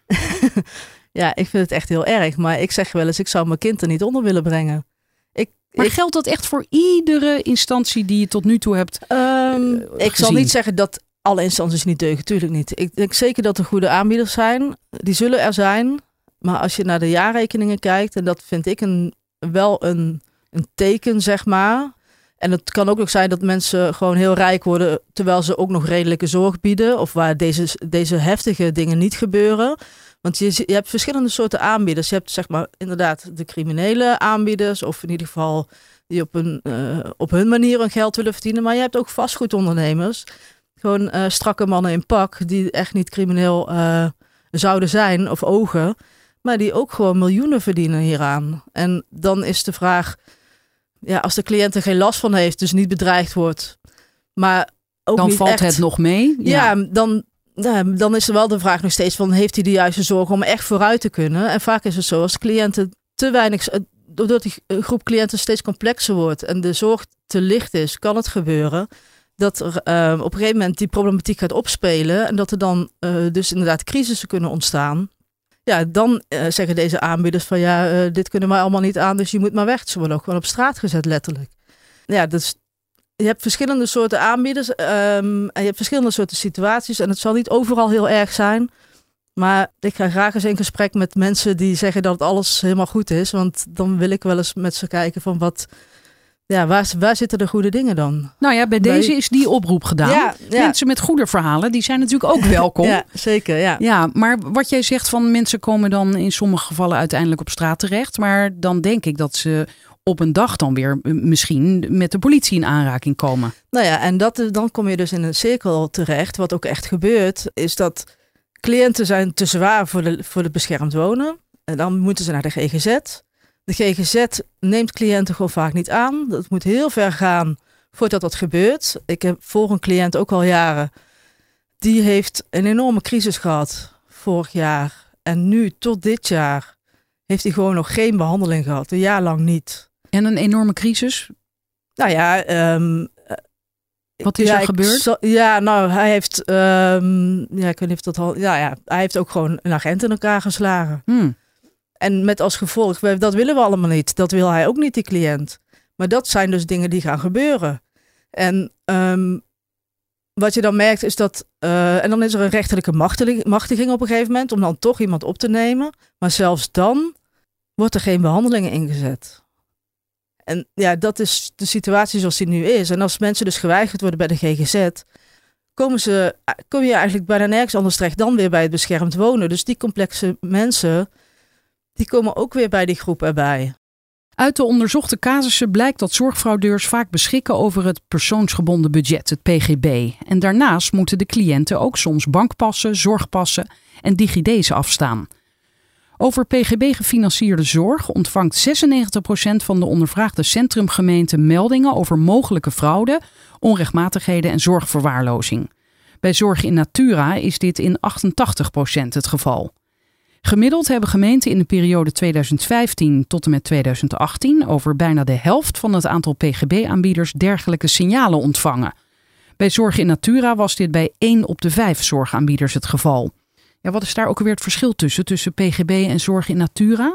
Ja, ik vind het echt heel erg. Maar ik zeg wel eens, ik zou mijn kind er niet onder willen brengen. Maar geldt dat echt voor iedere instantie die je tot nu toe hebt Ik zal niet zeggen dat alle instanties niet deugen. Tuurlijk niet. Ik denk zeker dat er goede aanbieders zijn. Die zullen er zijn. Maar als je naar de jaarrekeningen kijkt, en dat vind ik wel een teken, zeg maar. En het kan ook nog zijn dat mensen gewoon heel rijk worden, terwijl ze ook nog redelijke zorg bieden. Of waar deze heftige dingen niet gebeuren. Want je hebt verschillende soorten aanbieders. Je hebt zeg maar inderdaad de criminele aanbieders. Of in ieder geval die op hun manier hun geld willen verdienen. Maar je hebt ook vastgoedondernemers. Gewoon strakke mannen in pak die echt niet crimineel zouden zijn of ogen. Maar die ook gewoon miljoenen verdienen hieraan. En dan is de vraag, ja, als de cliënt er geen last van heeft, dus niet bedreigd wordt. Maar ook dan niet valt echt, het nog mee? Ja, dan is er wel de vraag nog steeds van, heeft hij de juiste zorg om echt vooruit te kunnen? En vaak is het zo, als cliënten te weinig, doordat die groep cliënten steeds complexer wordt en de zorg te licht is, kan het gebeuren dat er op een gegeven moment die problematiek gaat opspelen en dat er dan dus inderdaad crisissen kunnen ontstaan. Ja, dan zeggen deze aanbieders van dit kunnen wij allemaal niet aan, dus je moet maar weg. Ze worden ook gewoon op straat gezet, letterlijk. Ja, dus je hebt verschillende soorten aanbieders en je hebt verschillende soorten situaties en het zal niet overal heel erg zijn. Maar ik ga graag eens in gesprek met mensen die zeggen dat alles helemaal goed is, want dan wil ik wel eens met ze kijken van waar zitten de goede dingen dan? Nou ja, bij deze is die oproep gedaan. Ja. Mensen met goede verhalen, die zijn natuurlijk ook welkom. Ja, zeker. Ja. Ja, maar wat jij zegt van mensen komen dan in sommige gevallen uiteindelijk op straat terecht. Maar dan denk ik dat ze op een dag dan weer misschien met de politie in aanraking komen. Nou ja, en dan kom je dus in een cirkel terecht. Wat ook echt gebeurt, is dat cliënten zijn te zwaar voor het beschermd wonen. En dan moeten ze naar de GGZ. De GGZ neemt cliënten gewoon vaak niet aan. Dat moet heel ver gaan voordat dat gebeurt. Ik volg een cliënt ook al jaren. Die heeft een enorme crisis gehad vorig jaar. En nu tot dit jaar heeft hij gewoon nog geen behandeling gehad. Een jaar lang niet. En een enorme crisis? Nou ja, wat is er gebeurd? Hij heeft, ik weet niet of dat al. Hij heeft ook gewoon een agent in elkaar geslagen. En met als gevolg, dat willen we allemaal niet. Dat wil hij ook niet, die cliënt. Maar dat zijn dus dingen die gaan gebeuren. En wat je dan merkt is dat, en dan is er een rechterlijke machtiging op een gegeven moment om dan toch iemand op te nemen. Maar zelfs dan wordt er geen behandelingen ingezet. En ja, dat is de situatie zoals die nu is. En als mensen dus geweigerd worden bij de GGZ, kom je eigenlijk bijna nergens anders terecht dan weer bij het beschermd wonen. Dus die complexe mensen, die komen ook weer bij die groep erbij. Uit de onderzochte casussen blijkt dat zorgfraudeurs vaak beschikken over het persoonsgebonden budget, het PGB. En daarnaast moeten de cliënten ook soms bankpassen, zorgpassen en DigiD's afstaan. Over PGB-gefinancierde zorg ontvangt 96% van de ondervraagde centrumgemeenten meldingen over mogelijke fraude, onrechtmatigheden en zorgverwaarlozing. Bij Zorg in Natura is dit in 88% het geval. Gemiddeld hebben gemeenten in de periode 2015 tot en met 2018 over bijna de helft van het aantal PGB-aanbieders dergelijke signalen ontvangen. Bij Zorg in Natura was dit bij 1 op de 5 zorgaanbieders het geval. Ja, wat is daar ook weer het verschil tussen PGB en Zorg in Natura?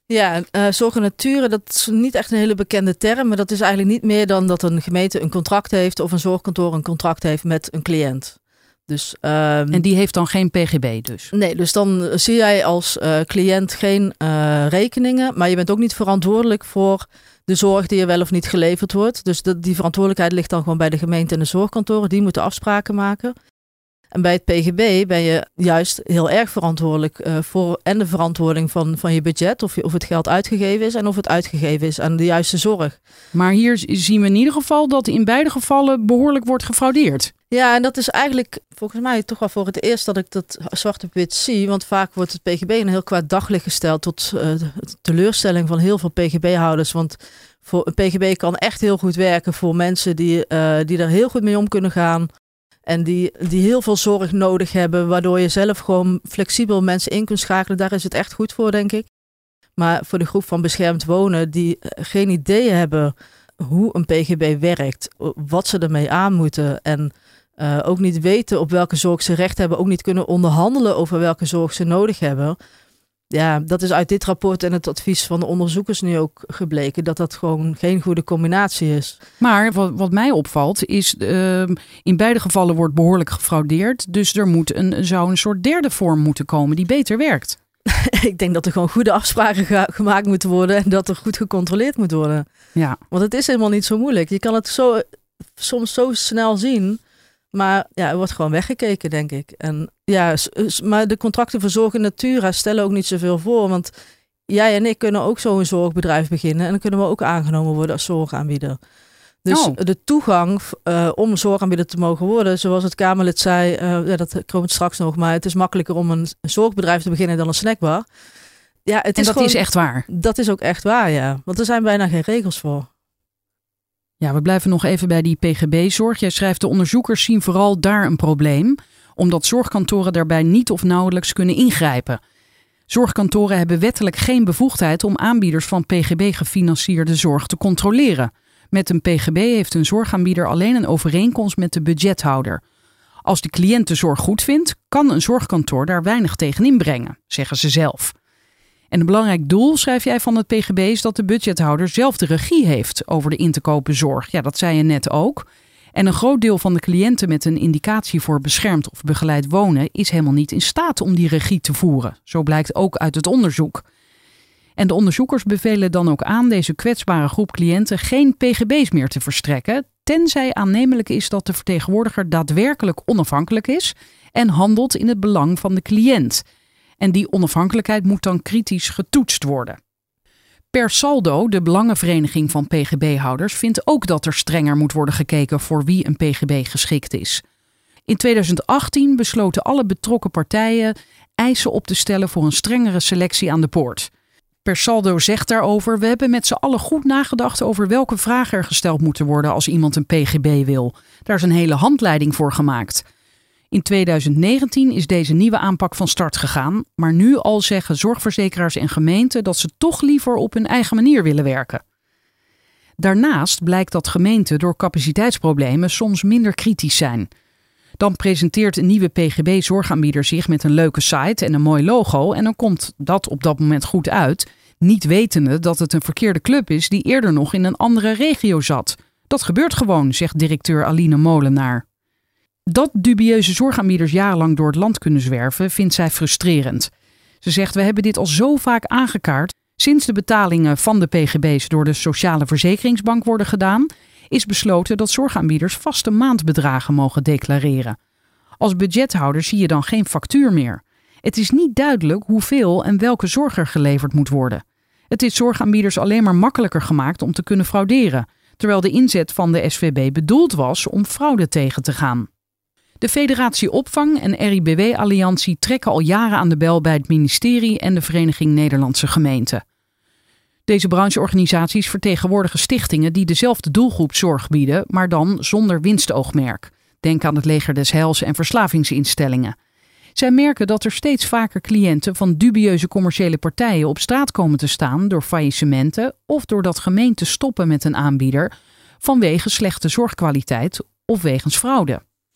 Ja, zorg en nature, dat is niet echt een hele bekende term. Maar dat is eigenlijk niet meer dan dat een gemeente een contract heeft of een zorgkantoor een contract heeft met een cliënt. Dus, en die heeft dan geen PGB dus? Nee, dus dan zie jij als cliënt geen rekeningen. Maar je bent ook niet verantwoordelijk voor de zorg die er wel of niet geleverd wordt. Dus die verantwoordelijkheid ligt dan gewoon bij de gemeente en de zorgkantoren. Die moeten afspraken maken. En bij het PGB ben je juist heel erg verantwoordelijk voor en de verantwoording van je budget. Of het geld uitgegeven is en of het uitgegeven is aan de juiste zorg. Maar hier zien we in ieder geval dat in beide gevallen behoorlijk wordt gefraudeerd. Ja, en dat is eigenlijk volgens mij toch wel voor het eerst dat ik dat zwart op wit zie. Want vaak wordt het PGB een heel kwaad daglicht gesteld tot teleurstelling van heel veel PGB-houders. Want een PGB kan echt heel goed werken voor mensen die er heel goed mee om kunnen gaan. En die heel veel zorg nodig hebben, waardoor je zelf gewoon flexibel mensen in kunt schakelen. Daar is het echt goed voor, denk ik. Maar voor de groep van beschermd wonen die geen idee hebben hoe een PGB werkt, wat ze ermee aan moeten en ook niet weten op welke zorg ze recht hebben, ook niet kunnen onderhandelen over welke zorg ze nodig hebben. Ja, dat is uit dit rapport en het advies van de onderzoekers nu ook gebleken, dat gewoon geen goede combinatie is. Maar wat mij opvalt is, in beide gevallen wordt behoorlijk gefraudeerd. Dus er zou een soort derde vorm moeten komen die beter werkt. Ik denk dat er gewoon goede afspraken gemaakt moeten worden en dat er goed gecontroleerd moet worden. Ja. Want het is helemaal niet zo moeilijk. Je kan het soms zo snel zien. Maar ja, er wordt gewoon weggekeken, denk ik. En ja, maar de contracten voor Zorg en Natura stellen ook niet zoveel voor. Want jij en ik kunnen ook zo'n zorgbedrijf beginnen. En dan kunnen we ook aangenomen worden als zorgaanbieder. Dus de toegang om zorgaanbieder te mogen worden, zoals het Kamerlid zei, dat komt straks nog. Maar het is makkelijker om een zorgbedrijf te beginnen dan een snackbar. Ja, is echt waar? Dat is ook echt waar, ja. Want er zijn bijna geen regels voor. Ja, we blijven nog even bij die PGB-zorg. Jij schrijft, de onderzoekers zien vooral daar een probleem, omdat zorgkantoren daarbij niet of nauwelijks kunnen ingrijpen. Zorgkantoren hebben wettelijk geen bevoegdheid om aanbieders van PGB-gefinancierde zorg te controleren. Met een PGB heeft een zorgaanbieder alleen een overeenkomst met de budgethouder. Als de cliënt de zorg goed vindt, kan een zorgkantoor daar weinig tegen inbrengen, zeggen ze zelf. En een belangrijk doel, schrijf jij, van het PGB is dat de budgethouder zelf de regie heeft over de in te kopen zorg. Ja, dat zei je net ook. En een groot deel van de cliënten met een indicatie voor beschermd of begeleid wonen is helemaal niet in staat om die regie te voeren. Zo blijkt ook uit het onderzoek. En de onderzoekers bevelen dan ook aan deze kwetsbare groep cliënten geen PGB's meer te verstrekken, tenzij aannemelijk is dat de vertegenwoordiger daadwerkelijk onafhankelijk is en handelt in het belang van de cliënt. En die onafhankelijkheid moet dan kritisch getoetst worden. Per Saldo, de belangenvereniging van PGB-houders, vindt ook dat er strenger moet worden gekeken voor wie een PGB geschikt is. In 2018 besloten alle betrokken partijen eisen op te stellen voor een strengere selectie aan de poort. Per Saldo zegt daarover, we hebben met z'n allen goed nagedacht over welke vragen er gesteld moeten worden als iemand een PGB wil. Daar is een hele handleiding voor gemaakt. In 2019 is deze nieuwe aanpak van start gegaan, maar nu al zeggen zorgverzekeraars en gemeenten dat ze toch liever op hun eigen manier willen werken. Daarnaast blijkt dat gemeenten door capaciteitsproblemen soms minder kritisch zijn. Dan presenteert een nieuwe PGB-zorgaanbieder zich met een leuke site en een mooi logo en dan komt dat op dat moment goed uit, niet wetende dat het een verkeerde club is die eerder nog in een andere regio zat. Dat gebeurt gewoon, zegt directeur Aline Molenaar. Dat dubieuze zorgaanbieders jarenlang door het land kunnen zwerven, vindt zij frustrerend. Ze zegt, we hebben dit al zo vaak aangekaart. Sinds de betalingen van de PGB's door de Sociale Verzekeringsbank worden gedaan, is besloten dat zorgaanbieders vaste maandbedragen mogen declareren. Als budgethouder zie je dan geen factuur meer. Het is niet duidelijk hoeveel en welke zorg er geleverd moet worden. Het is zorgaanbieders alleen maar makkelijker gemaakt om te kunnen frauderen, terwijl de inzet van de SVB bedoeld was om fraude tegen te gaan. De Federatie Opvang en RIBW-alliantie trekken al jaren aan de bel bij het ministerie en de Vereniging Nederlandse Gemeenten. Deze brancheorganisaties vertegenwoordigen stichtingen die dezelfde doelgroep zorg bieden, maar dan zonder winstoogmerk. Denk aan het Leger des Heils en verslavingsinstellingen. Zij merken dat er steeds vaker cliënten van dubieuze commerciële partijen op straat komen te staan door faillissementen of doordat gemeenten stoppen met een aanbieder vanwege slechte zorgkwaliteit of wegens fraude.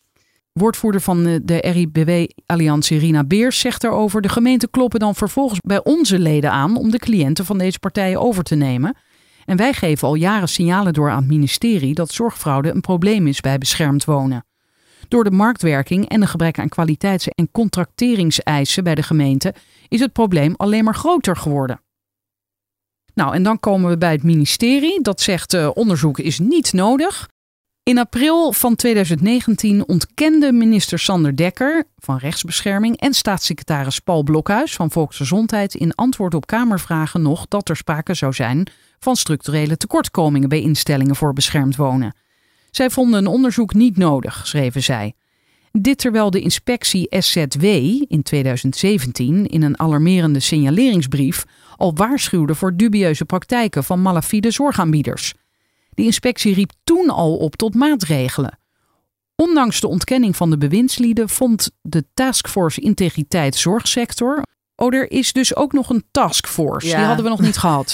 Woordvoerder van de RIBW-alliantie Rina Beers zegt daarover: de gemeenten kloppen dan vervolgens bij onze leden aan om de cliënten van deze partijen over te nemen. En wij geven al jaren signalen door aan het ministerie dat zorgfraude een probleem is bij beschermd wonen. Door de marktwerking en een gebrek aan kwaliteits- en contracteringseisen bij de gemeente is het probleem alleen maar groter geworden. Nou, en dan komen we bij het ministerie. Dat zegt onderzoek is niet nodig. In april van 2019 ontkende minister Sander Dekker van Rechtsbescherming en staatssecretaris Paul Blokhuis van Volksgezondheid in antwoord op Kamervragen nog dat er sprake zou zijn van structurele tekortkomingen bij instellingen voor beschermd wonen. Zij vonden een onderzoek niet nodig, schreven zij. Dit terwijl de inspectie SZW in 2017 in een alarmerende signaleringsbrief al waarschuwde voor dubieuze praktijken van malafide zorgaanbieders. De inspectie riep toen al op tot maatregelen. Ondanks de ontkenning van de bewindslieden vond de Taskforce Integriteit Zorgsector... er is dus ook nog een taskforce. Ja. Die hadden we nog niet gehad.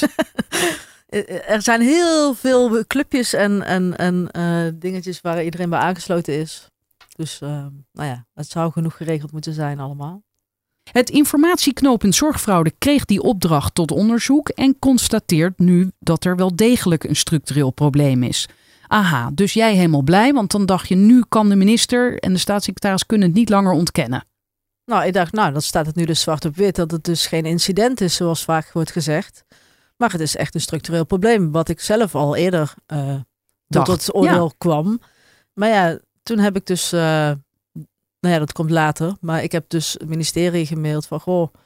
Er zijn heel veel clubjes en dingetjes waar iedereen bij aangesloten is. Dus het zou genoeg geregeld moeten zijn allemaal. Het informatieknooppunt Zorgfraude kreeg die opdracht tot onderzoek en constateert nu dat er wel degelijk een structureel probleem is. Aha, dus jij helemaal blij, want dan dacht je nu kan de minister en de staatssecretaris kunnen het niet langer ontkennen. Nou, ik dacht, dan staat het nu dus zwart op wit dat het dus geen incident is zoals vaak wordt gezegd. Maar het is echt een structureel probleem, wat ik zelf al eerder tot het oordeel kwam. Maar ja, toen heb ik dus... dat komt later. Maar ik heb dus het ministerie gemaild van...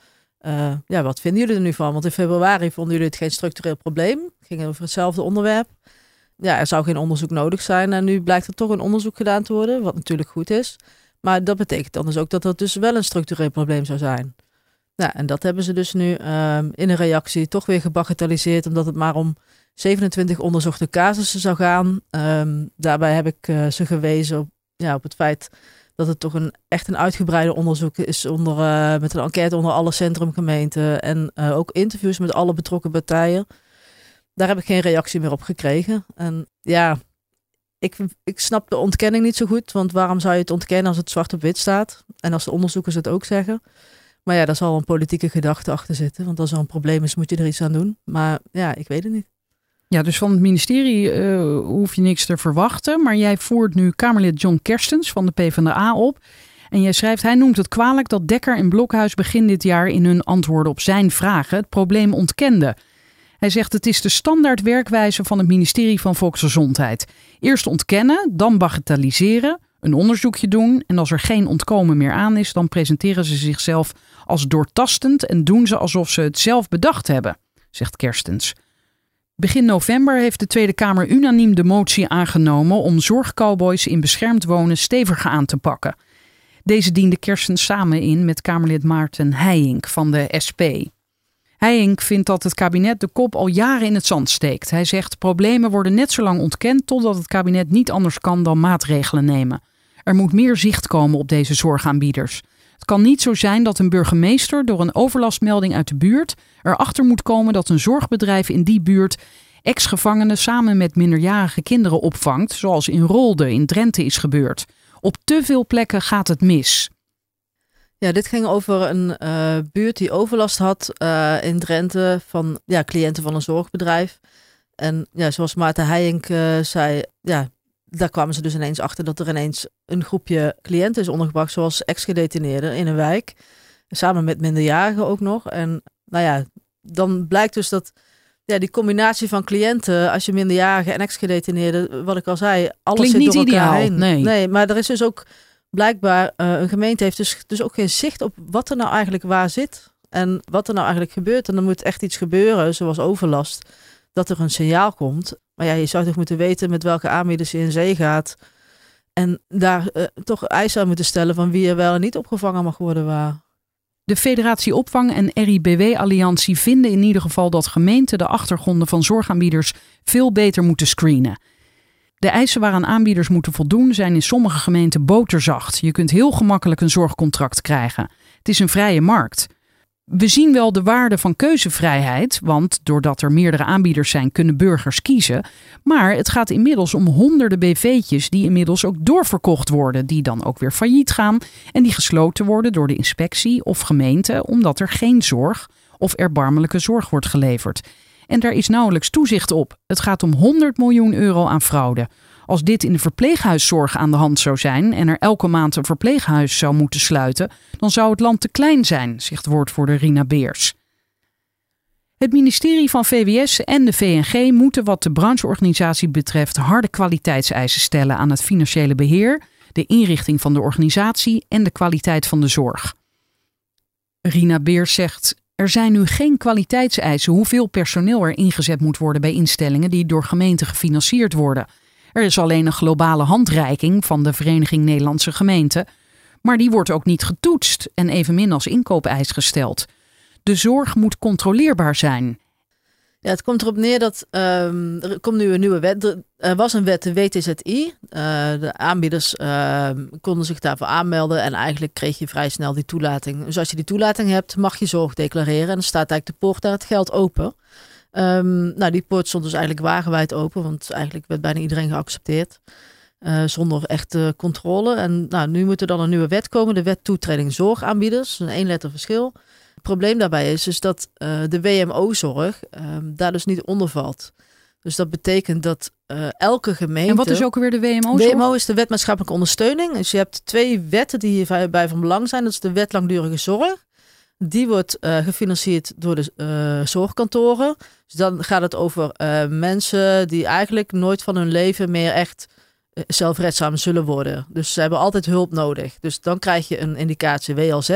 wat vinden jullie er nu van? Want in februari vonden jullie het geen structureel probleem. Het ging over hetzelfde onderwerp. Ja, er zou geen onderzoek nodig zijn. En nu blijkt er toch een onderzoek gedaan te worden. Wat natuurlijk goed is. Maar dat betekent dan dus ook dat er dus wel een structureel probleem zou zijn. Nou, en dat hebben ze dus nu in een reactie toch weer gebagatelliseerd. Omdat het maar om 27 onderzochte casussen zou gaan. Daarbij heb ik ze gewezen op het feit... dat het toch echt een uitgebreide onderzoek is met een enquête onder alle centrumgemeenten en ook interviews met alle betrokken partijen. Daar heb ik geen reactie meer op gekregen. En ja, ik snap de ontkenning niet zo goed, want waarom zou je het ontkennen als het zwart op wit staat? En als de onderzoekers het ook zeggen. Maar ja, daar zal een politieke gedachte achter zitten, want als er een probleem is, moet je er iets aan doen. Maar ja, ik weet het niet. Ja, dus van het ministerie hoef je niks te verwachten. Maar jij voert nu Kamerlid John Kerstens van de PvdA op. En jij schrijft, hij noemt het kwalijk dat Dekker en Blokhuis begin dit jaar in hun antwoorden op zijn vragen het probleem ontkenden. Hij zegt, het is de standaard werkwijze van het ministerie van Volksgezondheid. Eerst ontkennen, dan bagatelliseren, een onderzoekje doen. En als er geen ontkomen meer aan is, dan presenteren ze zichzelf als doortastend en doen ze alsof ze het zelf bedacht hebben, zegt Kerstens. Begin november heeft de Tweede Kamer unaniem de motie aangenomen om zorgcowboys in beschermd wonen steviger aan te pakken. Deze diende Kerstens samen in met Kamerlid Maarten Heijink van de SP. Heijink vindt dat het kabinet de kop al jaren in het zand steekt. Hij zegt, problemen worden net zo lang ontkend totdat het kabinet niet anders kan dan maatregelen nemen. Er moet meer zicht komen op deze zorgaanbieders. Het kan niet zo zijn dat een burgemeester door een overlastmelding uit de buurt erachter moet komen dat een zorgbedrijf in die buurt ex-gevangenen samen met minderjarige kinderen opvangt, zoals in Rolde in Drenthe is gebeurd. Op te veel plekken gaat het mis. Ja, dit ging over een buurt die overlast had in Drenthe van cliënten van een zorgbedrijf. En ja, zoals Maarten Heijink zei, daar kwamen ze dus ineens achter dat er ineens een groepje cliënten is ondergebracht, zoals ex-gedetineerden in een wijk. Samen met minderjarigen ook nog. En dan blijkt dus dat die combinatie van cliënten, als je minderjarigen en ex-gedetineerden, wat ik al zei, alles klinkt zit niet door elkaar ideaal. heen. Nee, maar er is dus ook blijkbaar een gemeente heeft dus ook geen zicht op wat er nou eigenlijk waar zit en wat er nou eigenlijk gebeurt. En er moet echt iets gebeuren, zoals overlast, dat er een signaal komt. Maar ja, je zou toch moeten weten met welke aanbieders je in zee gaat. En daar toch eisen aan moeten stellen van wie er wel en niet opgevangen mag worden waar. De Federatie Opvang en RIBW-alliantie vinden in ieder geval dat gemeenten de achtergronden van zorgaanbieders veel beter moeten screenen. De eisen waaraan aanbieders moeten voldoen zijn in sommige gemeenten boterzacht. Je kunt heel gemakkelijk een zorgcontract krijgen. Het is een vrije markt. We zien wel de waarde van keuzevrijheid, want doordat er meerdere aanbieders zijn, kunnen burgers kiezen. Maar het gaat inmiddels om honderden BV'tjes die inmiddels ook doorverkocht worden, die dan ook weer failliet gaan en die gesloten worden door de inspectie of gemeente, omdat er geen zorg of erbarmelijke zorg wordt geleverd. En daar is nauwelijks toezicht op. Het gaat om 100 miljoen euro aan fraude. Als dit in de verpleeghuiszorg aan de hand zou zijn en er elke maand een verpleeghuis zou moeten sluiten, dan zou het land te klein zijn, zegt woordvoerder Rina Beers. Het ministerie van VWS en de VNG moeten wat de brancheorganisatie betreft harde kwaliteitseisen stellen aan het financiële beheer, de inrichting van de organisatie en de kwaliteit van de zorg. Rina Beers zegt: er zijn nu geen kwaliteitseisen hoeveel personeel er ingezet moet worden bij instellingen die door gemeenten gefinancierd worden. Er is alleen een globale handreiking van de Vereniging Nederlandse Gemeenten, maar die wordt ook niet getoetst en evenmin als inkoopeis gesteld. De zorg moet controleerbaar zijn. Ja, het komt erop neer dat er komt nu een nieuwe wet. Er was een wet, de WTZI. De aanbieders konden zich daarvoor aanmelden en eigenlijk kreeg je vrij snel die toelating. Dus als je die toelating hebt, mag je zorg declareren en dan staat eigenlijk de poort naar het geld open. Die poort stond dus eigenlijk wagenwijd open, want eigenlijk werd bijna iedereen geaccepteerd. Zonder echte controle. En nu moet er dan een nieuwe wet komen, de wet toetreding zorgaanbieders. Een 1 letter verschil. Het probleem daarbij is dus dat de WMO-zorg daar dus niet onder valt. Dus dat betekent dat elke gemeente... En wat is ook weer de WMO-zorg? WMO is de wet maatschappelijke ondersteuning. Dus je hebt 2 wetten die hierbij van belang zijn. Dat is de wet langdurige zorg. Die wordt gefinancierd door de zorgkantoren. Dus dan gaat het over mensen die eigenlijk nooit van hun leven meer echt zelfredzaam zullen worden. Dus ze hebben altijd hulp nodig. Dus dan krijg je een indicatie WLZ.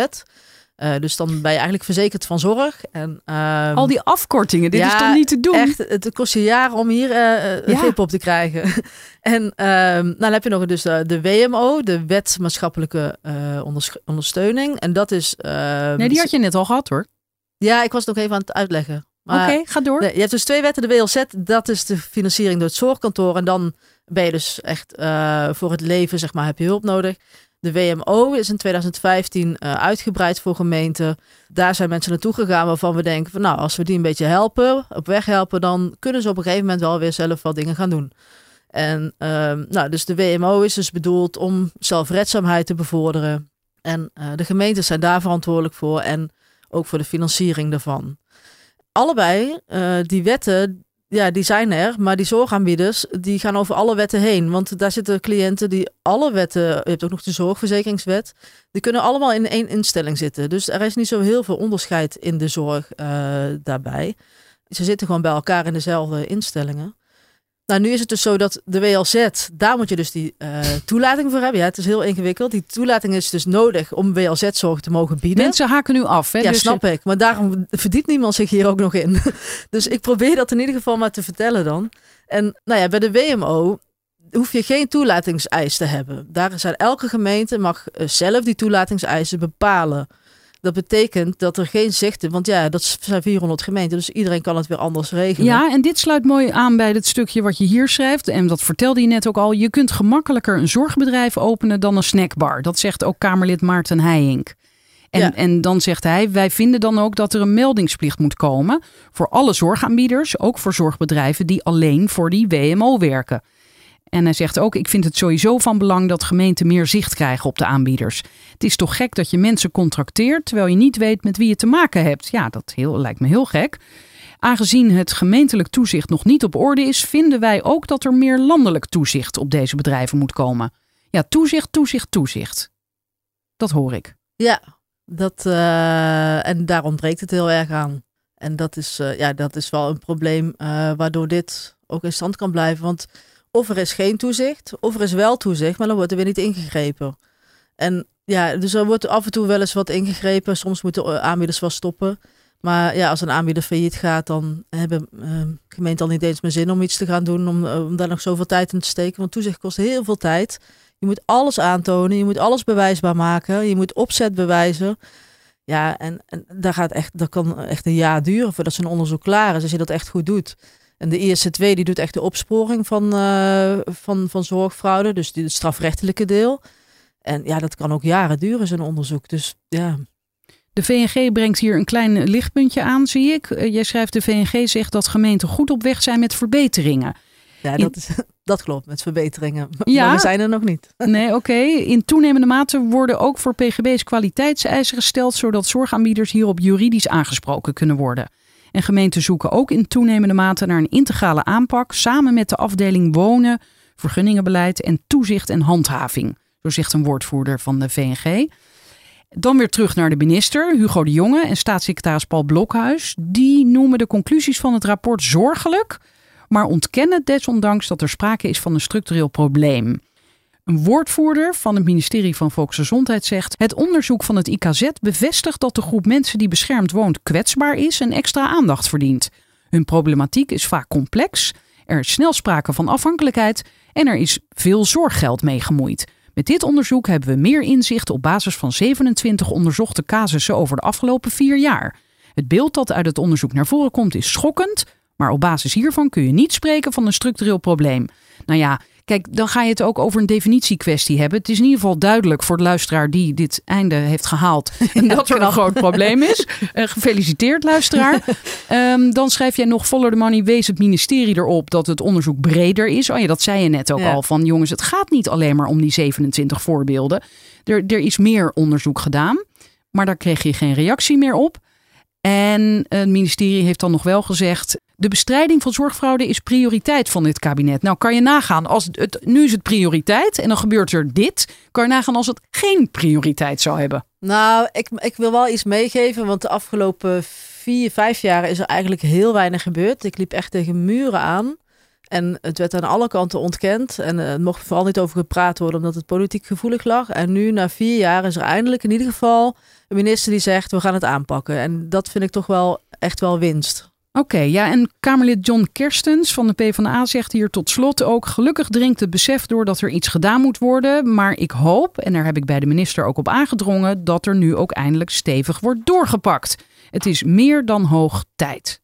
Dus dan ben je eigenlijk verzekerd van zorg. En, al die afkortingen, dit is toch niet te doen? Echt, het kost je jaren om hier grip op te krijgen. En dan heb je nog dus de WMO, de Wet Maatschappelijke Ondersteuning. En dat is... nee, die had je net al gehad hoor. Ja, ik was nog even aan het uitleggen. Oké, ga door. Je hebt dus 2 wetten, de WLZ, dat is de financiering door het zorgkantoor. En dan ben je dus echt voor het leven, zeg maar, heb je hulp nodig. De WMO is in 2015 uitgebreid voor gemeenten. Daar zijn mensen naartoe gegaan waarvan we denken van als we die een beetje helpen, op weg helpen, dan kunnen ze op een gegeven moment wel weer zelf wat dingen gaan doen. En dus de WMO is dus bedoeld om zelfredzaamheid te bevorderen. En de gemeentes zijn daar verantwoordelijk voor en ook voor de financiering daarvan. Allebei, die wetten, ja, die zijn er, maar die zorgaanbieders die gaan over alle wetten heen. Want daar zitten cliënten die alle wetten, je hebt ook nog de zorgverzekeringswet, die kunnen allemaal in 1 instelling zitten. Dus er is niet zo heel veel onderscheid in de zorg daarbij. Ze zitten gewoon bij elkaar in dezelfde instellingen. Nou, nu is het dus zo dat de WLZ, daar moet je dus die toelating voor hebben. Ja, het is heel ingewikkeld. Die toelating is dus nodig om WLZ-zorg te mogen bieden. Mensen haken nu af. Hè? Ja, dus snap ik. Maar daarom verdiept niemand zich hier ook nog in. Dus ik probeer dat in ieder geval maar te vertellen dan. En bij de WMO hoef je geen toelatingseis te hebben. Daar zijn elke gemeente mag zelf die toelatingseisen bepalen. Dat betekent dat er geen zichten, want ja, dat zijn 400 gemeenten, dus iedereen kan het weer anders regelen. Ja, en dit sluit mooi aan bij het stukje wat je hier schrijft. En dat vertelde je net ook al. Je kunt gemakkelijker een zorgbedrijf openen dan een snackbar. Dat zegt ook Kamerlid Maarten Heijink. En dan zegt hij, wij vinden dan ook dat er een meldingsplicht moet komen voor alle zorgaanbieders, ook voor zorgbedrijven die alleen voor die WMO werken. En hij zegt ook, ik vind het sowieso van belang dat gemeenten meer zicht krijgen op de aanbieders. Het is toch gek dat je mensen contracteert terwijl je niet weet met wie je te maken hebt. Ja, dat lijkt me heel gek. Aangezien het gemeentelijk toezicht nog niet op orde is, vinden wij ook dat er meer landelijk toezicht op deze bedrijven moet komen. Ja, toezicht. Dat hoor ik. Ja, en daar ontbreekt het heel erg aan. En dat is wel een probleem waardoor dit ook in stand kan blijven. Want of er is geen toezicht, of er is wel toezicht, maar dan wordt er weer niet ingegrepen. En ja, dus er wordt af en toe wel eens wat ingegrepen. Soms moeten aanbieders wel stoppen. Maar ja, als een aanbieder failliet gaat, dan hebben gemeenten al niet eens meer zin om iets te gaan doen, om daar nog zoveel tijd in te steken. Want toezicht kost heel veel tijd. Je moet alles aantonen, je moet alles bewijsbaar maken, je moet opzet bewijzen. Ja, en dat kan echt een jaar duren voordat zo'n onderzoek klaar is, als je dat echt goed doet. En de ISC2 die doet echt de opsporing van zorgfraude, dus het strafrechtelijke deel. En ja, dat kan ook jaren duren, zo'n onderzoek. Dus ja. De VNG brengt hier een klein lichtpuntje aan, zie ik. Jij schrijft, de VNG zegt dat gemeenten goed op weg zijn met verbeteringen. Ja, dat klopt, met verbeteringen. Ja? Maar we zijn er nog niet. Nee, oké. In toenemende mate worden ook voor PGB's kwaliteitseisen gesteld, zodat zorgaanbieders hierop juridisch aangesproken kunnen worden. En gemeenten zoeken ook in toenemende mate naar een integrale aanpak, samen met de afdeling wonen, vergunningenbeleid en toezicht en handhaving. Zo zegt een woordvoerder van de VNG. Dan weer terug naar de minister, Hugo de Jonge, en staatssecretaris Paul Blokhuis. Die noemen de conclusies van het rapport zorgelijk, maar ontkennen desondanks dat er sprake is van een structureel probleem. Een woordvoerder van het ministerie van Volksgezondheid zegt: het onderzoek van het IKZ bevestigt dat de groep mensen die beschermd woont kwetsbaar is en extra aandacht verdient. Hun problematiek is vaak complex, er is snel sprake van afhankelijkheid en er is veel zorggeld mee gemoeid. Met dit onderzoek hebben we meer inzicht op basis van 27 onderzochte casussen over de afgelopen 4 jaar. Het beeld dat uit het onderzoek naar voren komt is schokkend, maar op basis hiervan kun je niet spreken van een structureel probleem. Nou ja, kijk, dan ga je het ook over een definitiekwestie hebben. Het is in ieder geval duidelijk voor de luisteraar die dit einde heeft gehaald dat er een groot probleem is. Gefeliciteerd, luisteraar. Dan schrijf jij nog, Follow the Money wees het ministerie erop dat het onderzoek breder is. Oh ja, dat zei je net ook al van, jongens, het gaat niet alleen maar om die 27 voorbeelden. Er is meer onderzoek gedaan, maar daar kreeg je geen reactie meer op. En het ministerie heeft dan nog wel gezegd, de bestrijding van zorgfraude is prioriteit van dit kabinet. Nou, kan je nagaan, nu is het prioriteit en dan gebeurt er dit. Kan je nagaan als het geen prioriteit zou hebben? Nou, ik wil wel iets meegeven, want de afgelopen 4-5 jaar is er eigenlijk heel weinig gebeurd. Ik liep echt tegen muren aan en het werd aan alle kanten ontkend. En er mocht vooral niet over gepraat worden, omdat het politiek gevoelig lag. En nu, na 4 jaar, is er eindelijk in ieder geval een minister die zegt, we gaan het aanpakken. En dat vind ik toch wel echt wel winst. Oké, ja, en Kamerlid John Kerstens van de PvdA zegt hier tot slot ook, gelukkig dringt het besef door dat er iets gedaan moet worden. Maar ik hoop, en daar heb ik bij de minister ook op aangedrongen, dat er nu ook eindelijk stevig wordt doorgepakt. Het is meer dan hoog tijd.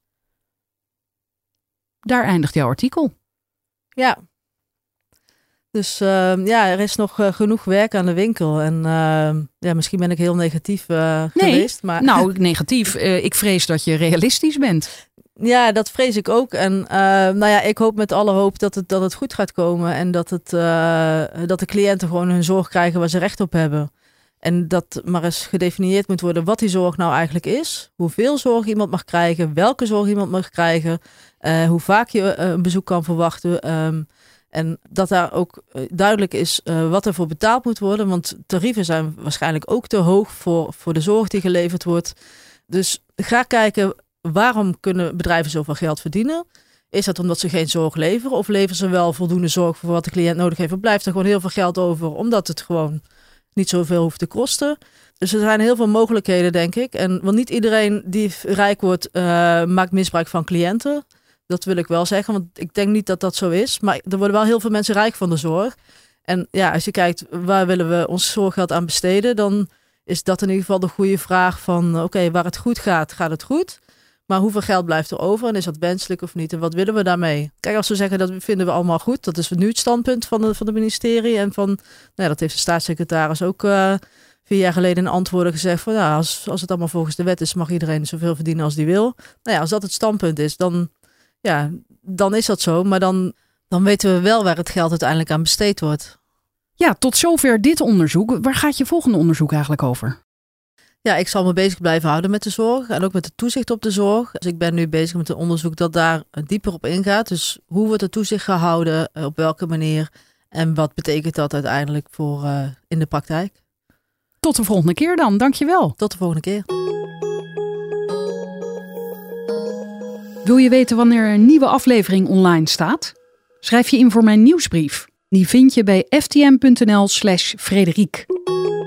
Daar eindigt jouw artikel. Ja. Dus er is nog genoeg werk aan de winkel. En misschien ben ik heel negatief geweest. Maar nou, negatief. Ik vrees dat je realistisch bent. Ja, dat vrees ik ook. En ik hoop met alle hoop dat het goed gaat komen. En dat de cliënten gewoon hun zorg krijgen waar ze recht op hebben. En dat maar eens gedefinieerd moet worden wat die zorg nou eigenlijk is. Hoeveel zorg iemand mag krijgen. Welke zorg iemand mag krijgen. Hoe vaak je een bezoek kan verwachten. En dat daar ook duidelijk is wat er voor betaald moet worden. Want tarieven zijn waarschijnlijk ook te hoog voor de zorg die geleverd wordt. Dus ga kijken, waarom kunnen bedrijven zoveel geld verdienen? Is dat omdat ze geen zorg leveren? Of leveren ze wel voldoende zorg voor wat de cliënt nodig heeft? Of blijft er gewoon heel veel geld over, omdat het gewoon niet zoveel hoeft te kosten? Dus er zijn heel veel mogelijkheden, denk ik. Want niet iedereen die rijk wordt, maakt misbruik van cliënten. Dat wil ik wel zeggen, want ik denk niet dat dat zo is. Maar er worden wel heel veel mensen rijk van de zorg. En ja, als je kijkt, waar willen we ons zorggeld aan besteden? Dan is dat in ieder geval de goede vraag van, oké, waar het goed gaat, gaat het goed. Maar hoeveel geld blijft er over? En is dat wenselijk of niet? En wat willen we daarmee? Kijk, als we zeggen dat vinden we allemaal goed. Dat is nu het standpunt van het ministerie. En dat heeft de staatssecretaris ook 4 jaar geleden in antwoorden gezegd. Van als het allemaal volgens de wet is, mag iedereen zoveel verdienen als die wil. Nou ja, als dat het standpunt is, dan is dat zo. Maar dan weten we wel waar het geld uiteindelijk aan besteed wordt. Ja, tot zover dit onderzoek. Waar gaat je volgende onderzoek eigenlijk over? Ja, ik zal me bezig blijven houden met de zorg en ook met het toezicht op de zorg. Dus ik ben nu bezig met een onderzoek dat daar dieper op ingaat. Dus hoe wordt het toezicht gehouden, op welke manier en wat betekent dat uiteindelijk voor in de praktijk? Tot de volgende keer dan, dankjewel. Tot de volgende keer. Wil je weten wanneer een nieuwe aflevering online staat? Schrijf je in voor mijn nieuwsbrief. Die vind je bij ftm.nl/Frederiek.